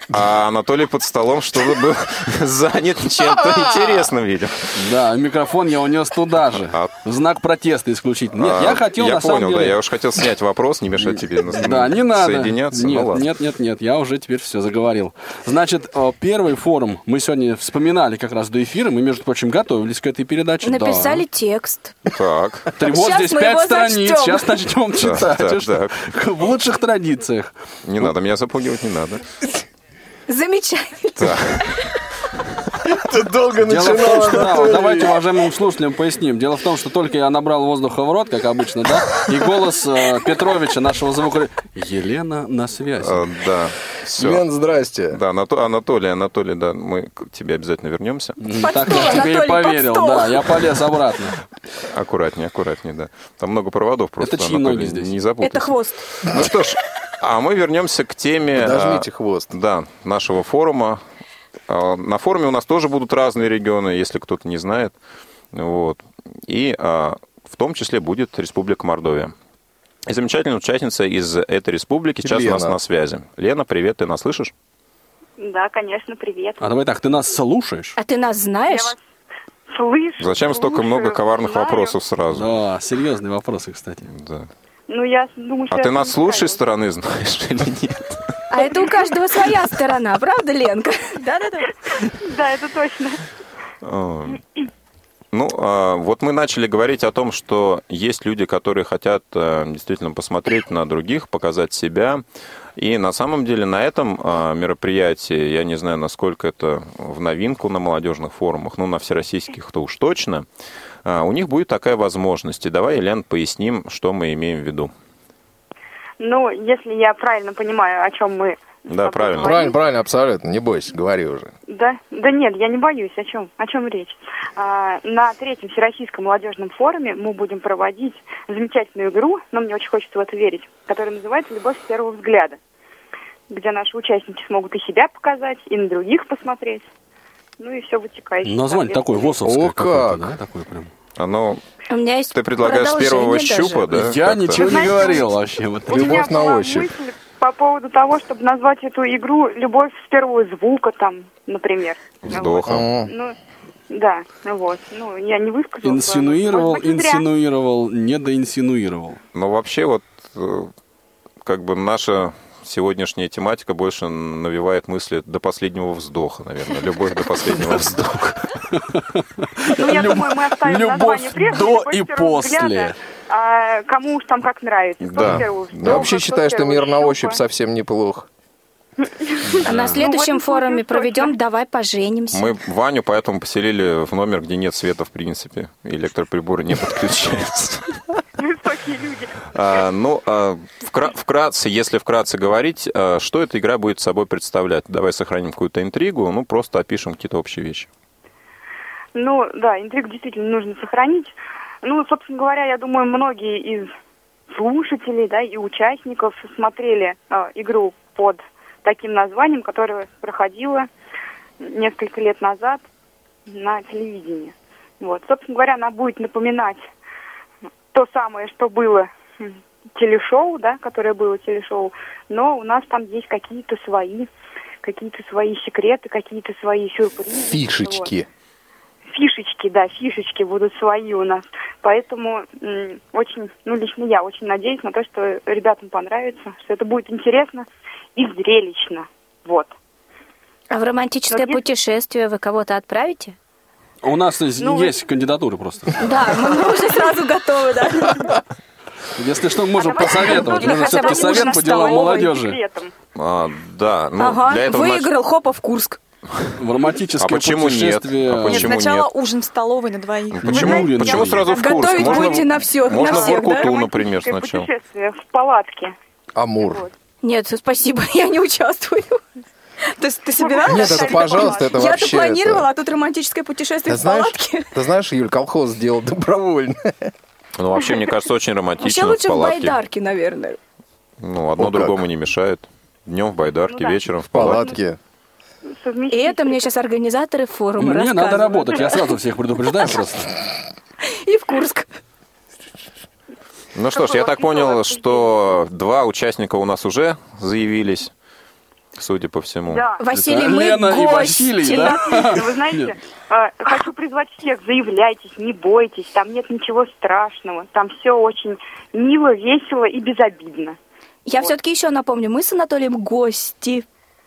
А Анатолий под столом что-то был занят чем-то интересным, видимо. Да, микрофон я унес туда же. В знак протеста исключительно. Нет, я хотел, на самом деле... Я понял, да, я уж хотел снять вопрос, не мешать тебе не надо. Соединяться. Нет, я уже теперь все заговорил. Значит, первый форум мы сегодня вспоминали как раз до эфира, мы, между прочим, готовились к этой передаче. Написали текст. Так. Вот здесь 5 страниц, сейчас начнем читать. В лучших традициях. Не надо, меня запугивать не надо. Замечательно. Ты долго начинал. Давайте уважаемым слушателям поясним. Дело в том, что только я набрал воздуха в рот, как обычно, да, и голос Петровича, нашего звукорежиссера. Елена на связи. Да. Все. Лен, здрасте. Да, Анатолий, да, мы к тебе обязательно вернемся. Так я тебе и поверил, да, я полез обратно. Аккуратнее, да. Там много проводов просто. Это чьи ноги здесь? Не запутайся. Это хвост. Ну что ж, а мы вернемся к теме... Подожмите хвост. Да, нашего форума. На форуме у нас тоже будут разные регионы, если кто-то не знает. Вот. И в том числе будет Республика Мордовия. И замечательная участница из этой республики сейчас у нас на связи. Лена, привет, ты нас слышишь? Да, конечно, привет. А давай так, ты нас слушаешь? А ты нас знаешь? Я вас слышу. Зачем столько много коварных вопросов сразу? Да, серьезные вопросы, кстати. Да. Ну, я думаю, что... А ты нас с лучшей стороны знаешь или нет? А это у каждого своя сторона, правда, Ленка? Да-да-да. Да, это точно. Ну, вот мы начали говорить о том, что есть люди, которые хотят действительно посмотреть на других, показать себя. И на самом деле на этом мероприятии, я не знаю, насколько это в новинку на молодежных форумах, но на всероссийских-то уж точно, у них будет такая возможность. И давай, Елена, поясним, что мы имеем в виду. Ну, если я правильно понимаю, о чем мы... Да, правильно. Правильно, абсолютно. Не бойся, говори уже. Да нет, я не боюсь. О чем речь? На третьем Всероссийском молодежном форуме мы будем проводить замечательную игру, но мне очень хочется в это верить, которая называется «Любовь с первого взгляда», где наши участники смогут и себя показать, и на других посмотреть. Ну и все вытекающее. Название такое ВОСовское. О, как! Да, такое прям. Оно... У меня есть Ты предлагаешь с первого щупа, да? Я ничего не говорил вообще. Любовь на ощупь. По поводу того, чтобы назвать эту игру «Любовь с первого звука», там, например. Вздохом. Ну, да, вот. Ну, я не высказала. Инсинуировал, недоинсинуировал. Но вообще вот как бы наша сегодняшняя тематика больше навевает мысли до последнего вздоха, наверное. Любовь до последнего вздоха. Ну, я думаю, мы оставим название прежде. До и после. А кому уж там как нравится. Да. Я вообще считаю, что мир на ощупь совсем неплох. А на следующем форуме проведем «Давай поженимся». Мы Ваню поэтому поселили в номер, где нет света, в принципе. Электроприборы не подключаются. Высокие люди. Вкратце, если вкратце говорить, что эта игра будет собой представлять? Давай сохраним какую-то интригу, просто опишем какие-то общие вещи. Ну, да, интригу действительно нужно сохранить. Ну, собственно говоря, я думаю, многие из слушателей, да, и участников смотрели игру под таким названием, которое проходило несколько лет назад на телевидении. Вот, собственно говоря, она будет напоминать то самое, что было телешоу, да, которое было телешоу, но у нас там есть какие-то свои секреты, какие-то свои сюрпризы. Фишечки. Вот. Фишечки будут свои у нас. Поэтому очень, лично я очень надеюсь на то, что ребятам понравится, что это будет интересно и зрелищно. Вот. А в романтическое путешествие вы кого-то отправите? У нас есть кандидатуры просто. Да, мы уже сразу готовы, да. Если что, можем посоветовать. Нужно все-таки совет по делам молодежи. Да, для этого... Выиграл Хопа в Курск. В романтическое путешествие. Нет, сначала ужин в столовой на двоих. Почему сразу в Курск? Готовить будете на всех. Можно в Воркуту, например, сначала. Путешествие в палатке. Амур. Нет, спасибо, я не участвую. То есть ты собиралась? Нет, это пожалуйста, это вообще... Я-то планировала, а тут романтическое путешествие в палатке. Ты знаешь, Юль, колхоз сделал добровольно. Ну, вообще, мне кажется, очень романтично. Вообще лучше в байдарке, наверное. Одно другому не мешает. Днем в байдарке, вечером в палатке. И это мне сейчас организаторы форума рассказывают. Мне надо работать, я сразу всех предупреждаю просто. И в Курск. Ну что ж, я так понял, что 2 участника у нас уже заявились. судя по всему. Да. Василий, это мы Лена гости. и Василий, да? Вы знаете, хочу призвать всех, заявляйтесь, не бойтесь, там нет ничего страшного, там все очень мило, весело и безобидно. Я все-таки еще напомню, мы с Анатолием гости.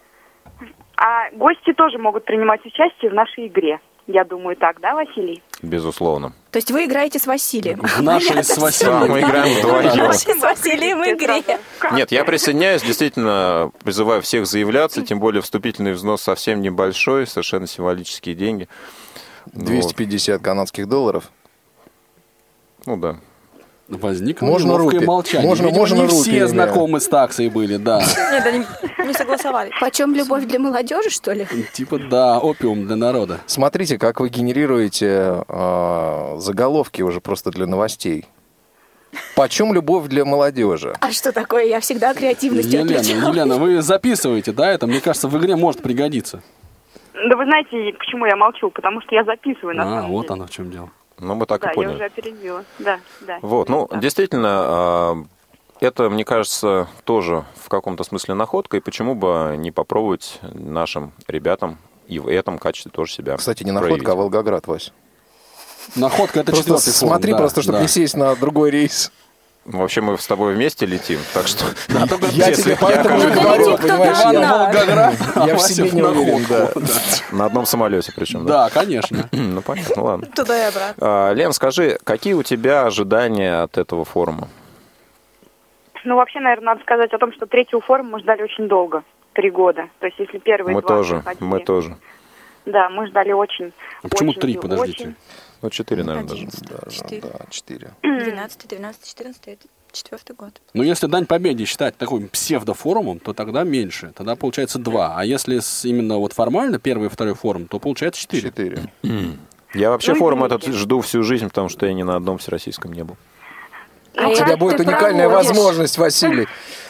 А гости тоже могут принимать участие в нашей игре. Я думаю, так, да, Василий? Безусловно. То есть вы играете с Василием? В нашей с Василием. Да, мы играем вдвоем. С Василием в игре. Нет, я присоединяюсь, действительно призываю всех заявляться, тем более вступительный взнос совсем небольшой, совершенно символические деньги. 250 канадских долларов. Ну да. Возникло можно неловкое рупи. молчание. Можно не рупиями. все знакомы с таксой были, да. Нет, они не согласовали. Почем любовь для молодежи, что ли? Типа, да, опиум для народа. Смотрите, как вы генерируете заголовки уже просто для новостей. Почем любовь для молодежи? А что такое? Я всегда креативностью отличалась. Елена, вы записываете, да, это, мне кажется, в игре может пригодиться. Да вы знаете, почему я молчу? Потому что я записываю на самом вот деле. оно в чем дело. Ну, мы так Да, и поняли. я уже опередила. Да. Вот, ну, Да. действительно, это, мне кажется, тоже в каком-то смысле находка, и почему бы не попробовать нашим ребятам и в этом качестве тоже себя Кстати, не проявить. находка, а Волгоград, Вась. Находка — это Просто четвертый форум, смотри, да, просто, чтобы да. не сесть на другой рейс. Вообще мы с тобой вместе летим, так что... Я тебе поэтому и говорю, понимаешь, я в себе не уверен, да. На одном самолете причем, Да, конечно. Ну, понятно, ладно. Туда и обратно. Лен, скажи, какие у тебя ожидания от этого форума? Ну, вообще, наверное, надо сказать о том, что третьего форума мы ждали очень долго. 3 года. То есть, если первые Мы два тоже, проходили- мы тоже. Да, мы ждали очень. А почему очень 3, и подождите? очень. Ну, 4, наверное, даже. 4. 12, 13, 14, это 4-й год. Ну, если Дань Победе считать таким псевдофорумом, то тогда меньше. Тогда получается 2. А если именно вот формально первый и второй форум, то получается 4. Я вообще Ну, форум извините. этот жду всю жизнь, потому что я ни на одном всероссийском не был. У тебя будет уникальная возможность, Василий.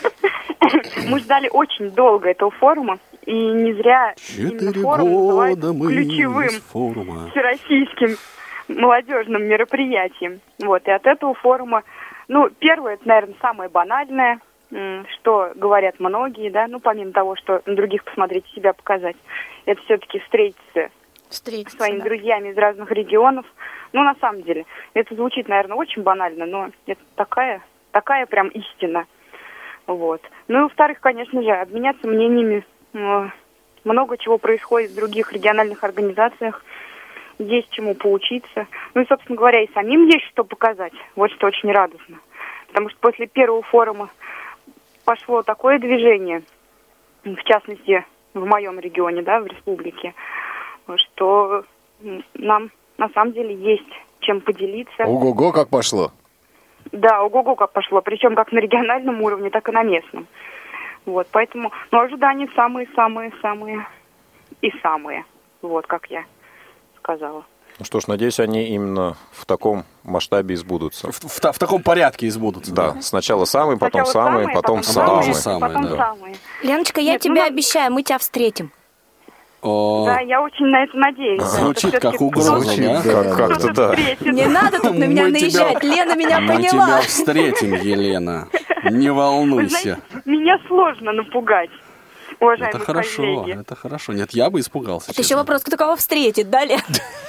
Мы ждали очень долго этого форума, и не зря именно 4 форум называют года мы ключевым из форума. всероссийским молодежным мероприятием. Вот, и от этого форума, ну, первое, это, наверное, самое банальное, что говорят многие, да, ну, помимо того, что на других посмотреть и себя показать, это все-таки встретиться с своими друзьями из разных регионов. Ну, на самом деле, это звучит, наверное, очень банально, но это такая прям истина. Вот. Ну и, во-вторых, конечно же, обменяться мнениями. Много чего происходит в других региональных организациях. Есть чему поучиться. Ну и, собственно говоря, и самим есть что показать. Вот что очень радостно. Потому что после первого форума пошло такое движение, в частности, в моем регионе, да, в республике, что нам на самом деле есть чем поделиться. Ого-го, как пошло. Да, ого-го, как пошло. Причем как на региональном уровне, так и на местном. Вот, поэтому, ну, ожидания самые-самые-самые и самые. Вот, как я сказала. Ну что ж, надеюсь, они именно в таком масштабе и сбудутся. В таком порядке и сбудутся. Да, сначала самый, потом Сначала самый, потом самый. потом самые. Леночка, я Нет, ну, тебе нам- обещаю, мы тебя встретим. Да, я очень на это надеюсь. Звучит Это как всё-таки угроза, Звучит, да? да. Как-то да. Не надо тут на меня Мы тебя- наезжать, Лена меня Мы поняла. тебя встретим, Елена. Не Вы волнуйся. знаете, меня сложно напугать, уважаемые Это хорошо, коллеги. это хорошо. Нет, я бы испугался. Это еще честно. вопрос, кто кого встретит, да, Лен?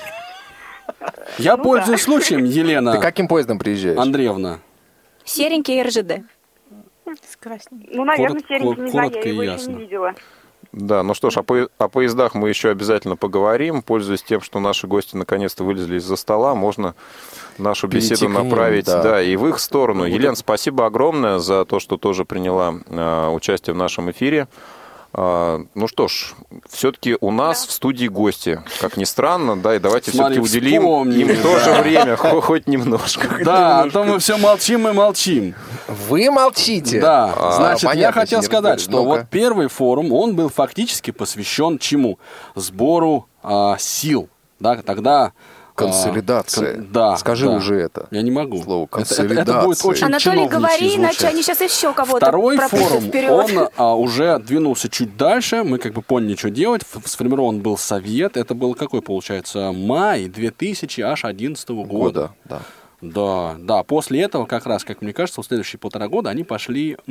Я пользуюсь случаем, Ты Елена каким поездом приезжаешь? Андреевна. Серенький РЖД. Ну, наверное, Коротко- серенький, не знаю, коротко я и его еще ясно. не видела. Да, ну что ж, о поездах мы еще обязательно поговорим. Пользуясь тем, что наши гости наконец-то вылезли из-за стола, можно нашу Перейти беседу к ним, направить, да. да, и в их сторону. Елена, спасибо огромное за то, что тоже приняла участие в нашем эфире. Ну что ж, все-таки у нас в студии гости, как ни странно, да, и давайте Смотри, все-таки уделим вспомнили, им тоже да. время, хоть немножко. Да, а то мы все молчим и молчим. Вы молчите. Да, значит, я понятно, хотел не сказать, разговаривать. что Ну-ка. вот первый форум, он был фактически посвящен чему? Сбору сил. Да, тогда... Консолидация. Да. Скажи да. уже это. Я не могу. Слово Это будет консолидация. очень Анатолий, чиновничьи говори, иначе звучать. они сейчас еще кого-то Второй пропустят форум, вперед. он уже двинулся чуть дальше, мы как бы поняли, что делать, сформирован был совет, это был какой, получается, май 2011 года. Да. Да, после этого как раз, как мне кажется, в следующие 1,5 года они пошли, ну,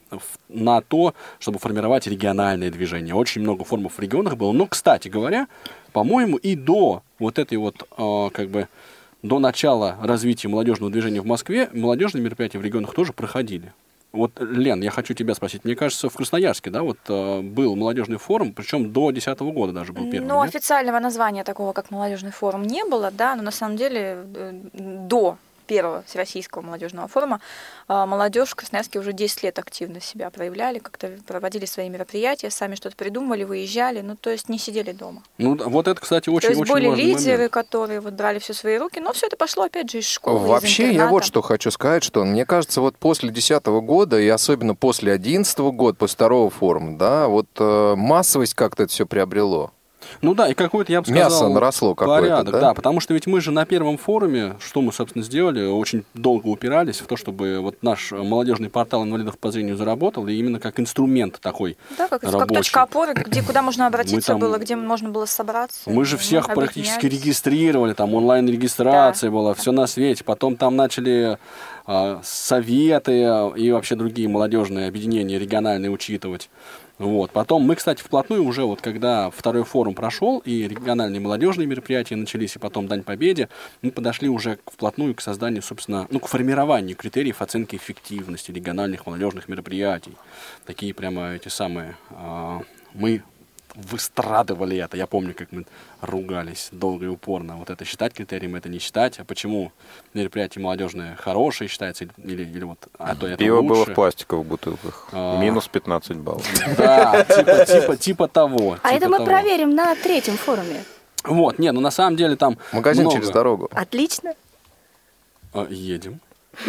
на то, чтобы формировать региональные движения. Очень много форумов в регионах было. Но, кстати говоря, по-моему, и до вот этой вот, до начала развития молодежного движения в Москве, молодежные мероприятия в регионах тоже проходили. Вот, Лен, я хочу тебя спросить. Мне кажется, в Красноярске, да, вот был молодежный форум, причем до 2010 года даже был первый. Ну, официального названия такого, как молодежный форум, не было, да, но на самом деле до первого Всероссийского молодежного форума молодежь в Красноярске уже 10 лет активно себя проявляли, как-то проводили свои мероприятия, сами что-то придумывали, выезжали, ну, то есть не сидели дома. Ну, вот это, кстати, очень важный момент. То есть были лидеры, которые вот брали все в свои руки, но все это пошло, опять же, из школы, Вообще, я вот что хочу сказать, что мне кажется, вот после 2010 года, и особенно после 2011 года, после второго форума, да, вот массовость как-то это все приобрело. Ну да, и какой-то, я бы сказал, мясо наросло порядок, да? Потому что ведь мы же на первом форуме, что мы, собственно, сделали, очень долго упирались в то, чтобы вот наш молодежный портал инвалидов по зрению заработал, и именно как инструмент такой рабочий. Как точка опоры, куда можно обратиться было, где можно было собраться. Мы же всех практически регистрировали, там онлайн-регистрация была, все на свете, потом там начали советы и вообще другие молодежные объединения региональные учитывать. Вот. Потом мы, кстати, вплотную уже, вот когда второй форум прошел, и региональные молодежные мероприятия начались, и потом Дань Победе, мы подошли уже вплотную к созданию, собственно, к формированию критериев оценки эффективности региональных молодежных мероприятий. Такие прямо эти самые... мы выстрадывали это. Я помню, как мы ругались долго и упорно. Вот это считать критерием, это не считать. А почему мероприятие молодежное хорошее считается? Или вот, то это пиво лучше. Было в пластиковых бутылках. Минус 15 баллов. Да, типа того. А это мы проверим на третьем форуме. Вот, не, ну на самом деле там магазин много. Через дорогу. Отлично. Едем.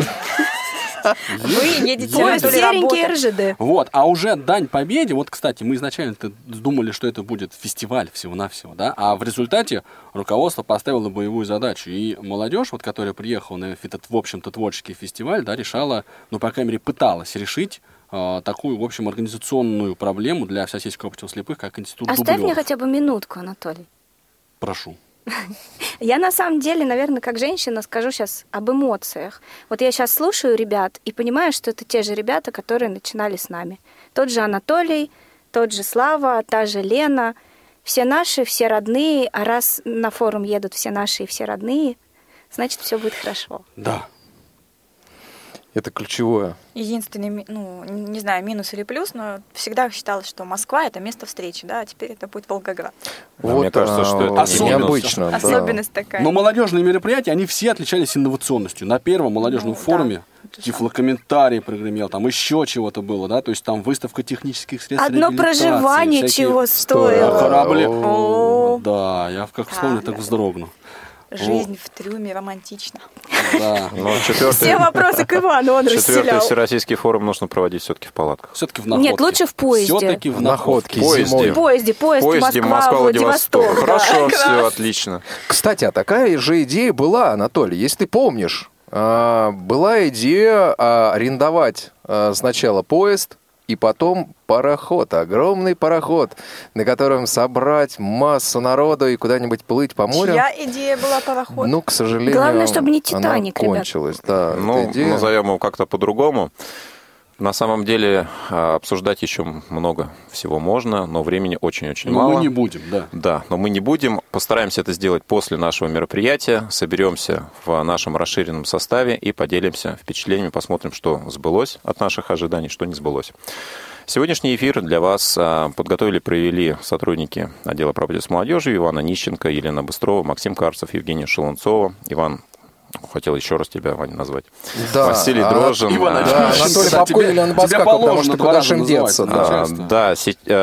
Вы едете на серенький РЖД. Вот, а уже Дань Победе, вот, кстати, мы изначально думали, что это будет фестиваль всего-навсего, да, а в результате руководство поставило боевую задачу, и молодежь, вот, которая приехала на этот, в общем-то, творческий фестиваль, да, решала, ну, по крайней мере, пыталась решить такую, в общем, организационную проблему для Всероссийского общества слепых, как институт дублеров. Оставь мне хотя бы минутку, Анатолий. Прошу. Я на самом деле, наверное, как женщина скажу сейчас об эмоциях. Вот я сейчас слушаю ребят и понимаю, что это те же ребята, которые начинали с нами. Тот же Анатолий, тот же Слава, та же Лена. Все наши, все родные. А раз на форум едут все наши и все родные, значит, все будет хорошо. Да. Это ключевое. Единственный, ну, не знаю, минус или плюс, но всегда считалось, что Москва — это место встречи, да, а теперь это будет Волгоград. Вот, мне кажется, что это необычно. Особенность такая. Но молодежные мероприятия, они все отличались инновационностью. На первом молодежном форуме тифлокомментарий прогремел, там еще чего-то было, да, то есть там выставка технических средств одно проживание чего стоило. Корабли. Да, я как вспомню, так вздрогну. Жизнь в трюме романтично. Да. Все вопросы к Ивану он расселял. Четвертый Всероссийский форум нужно проводить все-таки в палатках. Все-таки в находке. Нет, лучше в поезде. Все-таки в находке. В поезде Москва-Владивосток. Хорошо, все, отлично. Кстати, а такая же идея была, Анатолий, если ты помнишь. Была идея арендовать сначала поезд, и потом пароход, огромный пароход, на котором собрать массу народу и куда-нибудь плыть по морю. Чья идея была пароход? Ну, к сожалению, главное, чтобы не «Титаник», она кончилась. Да, ну, назовем его как-то по-другому. На самом деле обсуждать еще много всего можно, но времени очень-очень мало. Но мы не будем, да. Да, но мы не будем. Постараемся это сделать после нашего мероприятия. Соберемся в нашем расширенном составе и поделимся впечатлениями, посмотрим, что сбылось от наших ожиданий, что не сбылось. Сегодняшний эфир для вас подготовили, провели сотрудники отдела по работе с молодежью Ивана Нищенко, Елена Быстрова, Максим Карцев, Евгения Шелунцова, Иван... Хотел еще раз тебя, Ваня, назвать. Да. Василий Дрожжин. Анатолий Попко или Анна Баскаков, потому что куда же им деться. Да,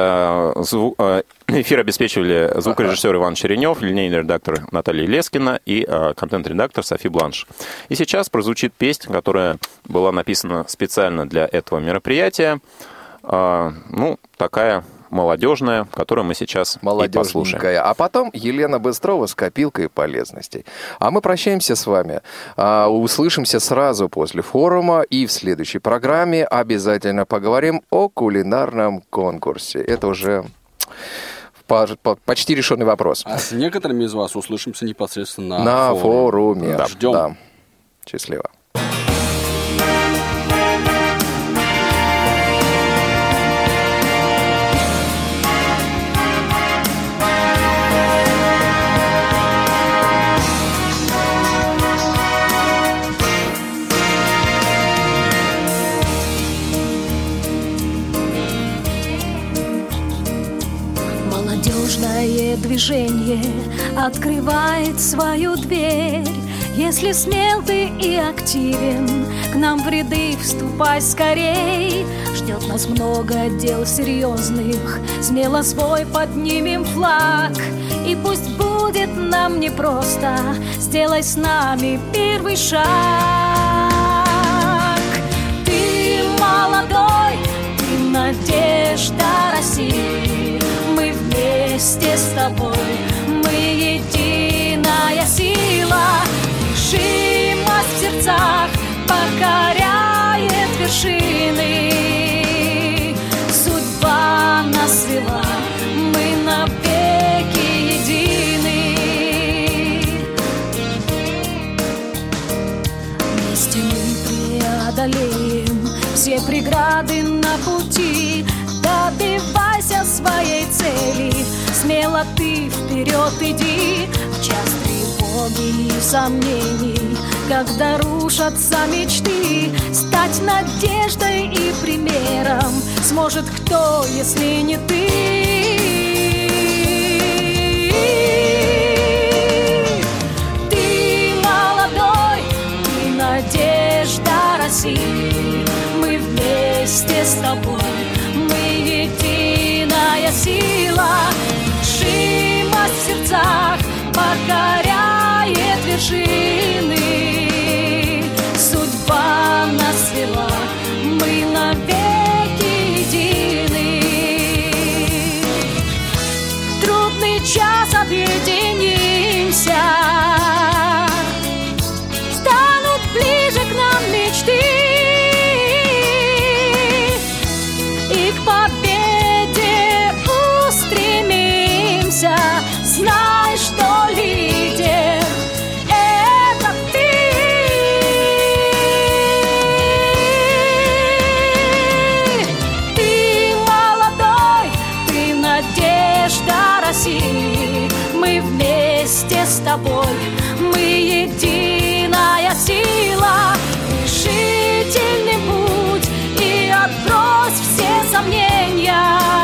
эфир обеспечивали звукорежиссер Иван Черенев, линейный редактор Наталья Лескина и контент-редактор Софи Бланш. И сейчас прозвучит песня, которая была написана специально для этого мероприятия. Ну, такая... молодежная, которую мы сейчас и послушаем. А потом Елена Быстрова с копилкой полезностей. А мы прощаемся с вами. Услышимся сразу после форума. И в следующей программе обязательно поговорим о кулинарном конкурсе. Это уже почти решенный вопрос. А с некоторыми из вас услышимся непосредственно на форуме. Да. Ждем. Да. Счастливо. Молодежное движение открывает свою дверь. Если смел ты и активен, к нам в ряды вступай скорей. Ждет нас много дел серьезных, смело свой поднимем флаг. И пусть будет нам непросто, сделай с нами первый шаг. Ты молодой, ты надежда России. Мы вместе с тобой, мы единая сила. Решимость в сердцах покоряет вершины. Судьба нас свела, мы навеки едины. Вместе мы преодолеем все преграды на пути. Добивайся своей цели, смело ты вперед иди. В час тревоги и сомнений, когда рушатся мечты, стать надеждой и примером сможет кто, если не ты. Ты молодой, ты надежда России. Мы вместе с тобой, единая сила. Решимость в сердцах покоряет вершины. Судьба нас свела, мы навеки едины. В трудный час объединимся, станут ближе к нам мечты. Знай, что лидер — это ты. Ты молодой, ты надежда России. Мы вместе с тобой, мы единая сила. Решительный путь и отбрось все сомнения.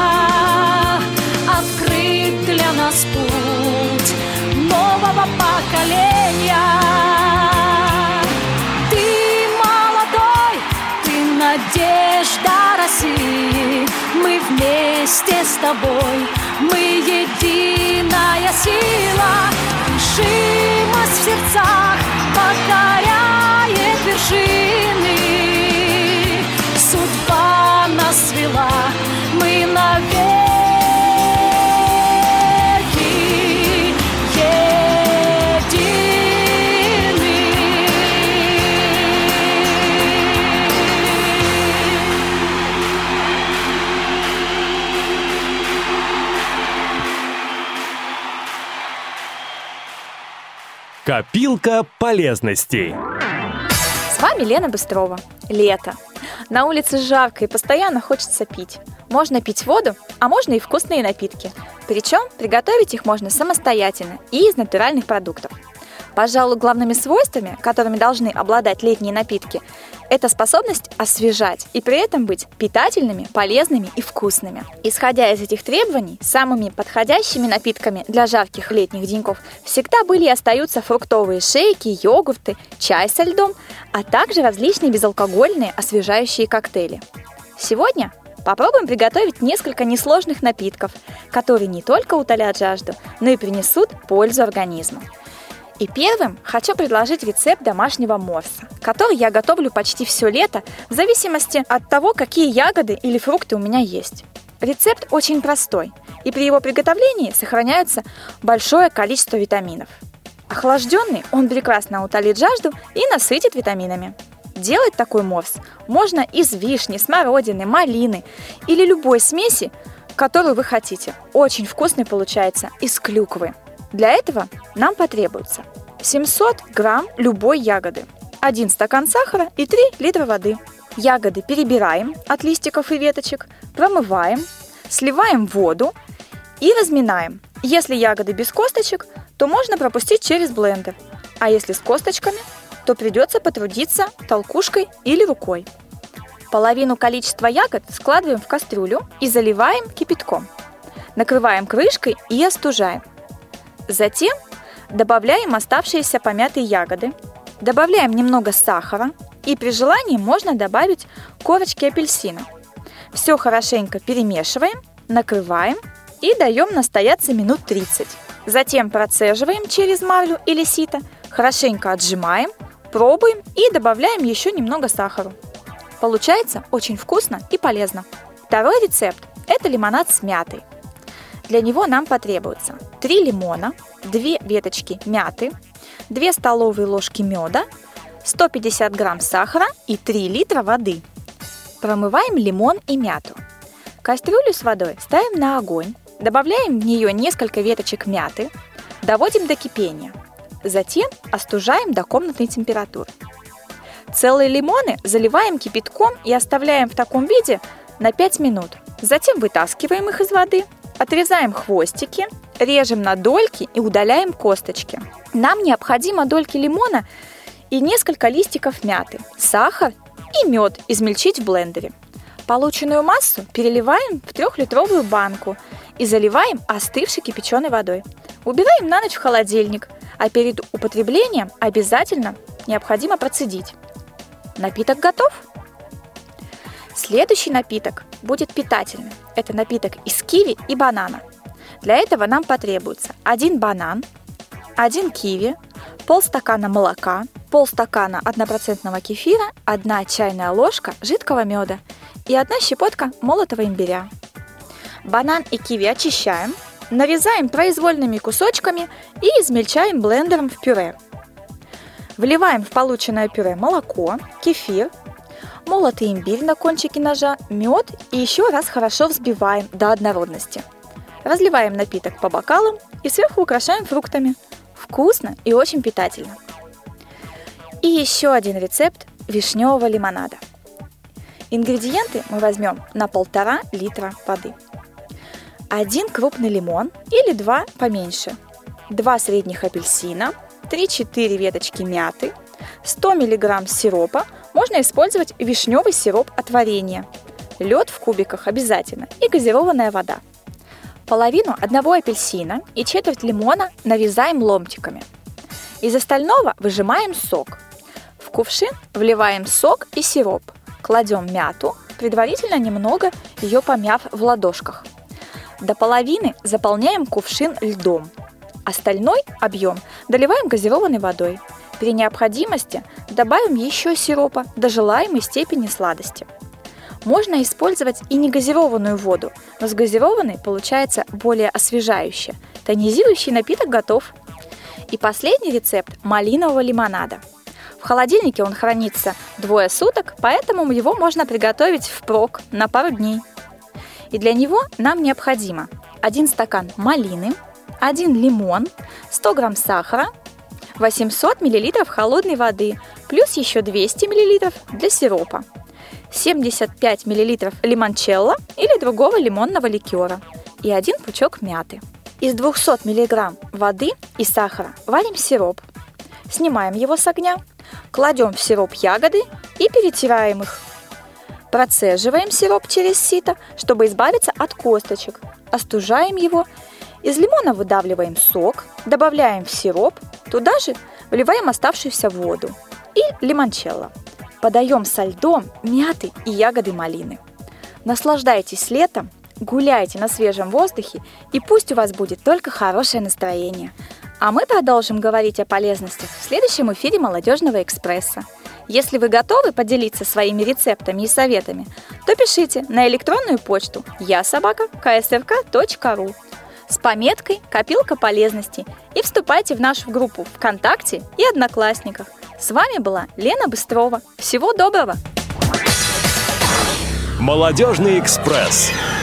Открыт для нас путь нового поколения. Ты молодой, ты надежда России. Мы вместе с тобой, мы единая сила. Решимость в сердцах покоряет вершины. Судьба нас свела, мы навек. Копилка полезностей. С вами Лена Быстрова. Лето. На улице жарко и постоянно хочется пить. Можно пить воду, а можно и вкусные напитки. Причем приготовить их можно самостоятельно и из натуральных продуктов. Пожалуй, главными свойствами, которыми должны обладать летние напитки, это способность освежать и при этом быть питательными, полезными и вкусными. Исходя из этих требований, самыми подходящими напитками для жарких летних деньков всегда были и остаются фруктовые шейки, йогурты, чай со льдом, а также различные безалкогольные освежающие коктейли. Сегодня попробуем приготовить несколько несложных напитков, которые не только утолят жажду, но и принесут пользу организму. И первым хочу предложить рецепт домашнего морса, который я готовлю почти все лето, в зависимости от того, какие ягоды или фрукты у меня есть. Рецепт очень простой, и при его приготовлении сохраняется большое количество витаминов. Охлажденный он прекрасно утолит жажду и насытит витаминами. Делать такой морс можно из вишни, смородины, малины или любой смеси, которую вы хотите. Очень вкусный получается из клюквы. Для этого нам потребуется 700 грамм любой ягоды, 1 стакан сахара и 3 литра воды. Ягоды перебираем от листиков и веточек, промываем, сливаем воду и разминаем. Если ягоды без косточек, то можно пропустить через блендер, а если с косточками, то придется потрудиться толкушкой или рукой. Половину количества ягод складываем в кастрюлю и заливаем кипятком. Накрываем крышкой и остужаем. Затем добавляем оставшиеся помятые ягоды, добавляем немного сахара и при желании можно добавить корочки апельсина. Все хорошенько перемешиваем, накрываем и даем настояться минут 30. Затем процеживаем через марлю или сито, хорошенько отжимаем, пробуем и добавляем еще немного сахара. Получается очень вкусно и полезно. Второй рецепт – это лимонад с мятой. Для него нам потребуется 3 лимона, 2 веточки мяты, 2 столовые ложки меда, 150 грамм сахара и 3 литра воды. Промываем лимон и мяту. Кастрюлю с водой ставим на огонь, добавляем в нее несколько веточек мяты, доводим до кипения. Затем остужаем до комнатной температуры. Целые лимоны заливаем кипятком и оставляем в таком виде на 5 минут. Затем вытаскиваем их из воды, отрезаем хвостики, режем на дольки и удаляем косточки. Нам необходимо дольки лимона и несколько листиков мяты, сахар и мед измельчить в блендере. Полученную массу переливаем в 3-литровую банку и заливаем остывшей кипяченой водой. Убираем на ночь в холодильник, а перед употреблением обязательно необходимо процедить. Напиток готов. Следующий напиток будет питательным. Это напиток из киви и банана. Для этого нам потребуется 1 банан, 1 киви, полстакана молока, полстакана 1% кефира, 1 чайная ложка жидкого меда и 1 щепотка молотого имбиря. Банан и киви очищаем, нарезаем произвольными кусочками и измельчаем блендером в пюре. Вливаем в полученное пюре молоко, кефир, молотый имбирь на кончике ножа, мед и еще раз хорошо взбиваем до однородности. Разливаем напиток по бокалам и сверху украшаем фруктами. Вкусно и очень питательно. И еще один рецепт вишневого лимонада. Ингредиенты мы возьмем на 1,5 литра воды. 1 крупный лимон или 2 поменьше, 2 средних апельсина, 3-4 веточки мяты, 100 мг сиропа, можно использовать вишневый сироп от варенья, лед в кубиках обязательно и газированная вода. Половину 1 апельсина и четверть лимона нарезаем ломтиками. Из остального выжимаем сок. В кувшин вливаем сок и сироп, кладем мяту, предварительно немного ее помяв в ладошках. До половины заполняем кувшин льдом. Остальной объем доливаем газированной водой. При необходимости добавим еще сиропа до желаемой степени сладости. Можно использовать и негазированную воду, но с газированной получается более освежающе. Тонизирующий напиток готов. И последний рецепт малинового лимонада. В холодильнике он хранится 2 суток, поэтому его можно приготовить впрок на пару дней. И для него нам необходимо 1 стакан малины, 1 лимон, 100 грамм сахара, 800 мл холодной воды, плюс еще 200 мл для сиропа, 75 мл лимончелло или другого лимонного ликера и 1 пучок мяты. Из 200 мг воды и сахара варим сироп. Снимаем его с огня, кладем в сироп ягоды и перетираем их. Процеживаем сироп через сито, чтобы избавиться от косточек. Остужаем его. Из лимона выдавливаем сок, добавляем в сироп, туда же вливаем оставшуюся воду и лимончелло. Подаем со льдом, мятой и ягодой малины. Наслаждайтесь летом, гуляйте на свежем воздухе и пусть у вас будет только хорошее настроение. А мы продолжим говорить о полезностях в следующем эфире «Молодежного экспресса». Если вы готовы поделиться своими рецептами и советами, то пишите на электронную почту я@ksrk.ru с пометкой «Копилка полезностей» и вступайте в нашу группу ВКонтакте и Одноклассниках. С вами была Лена Быстрова. Всего доброго! «Молодежный экспресс».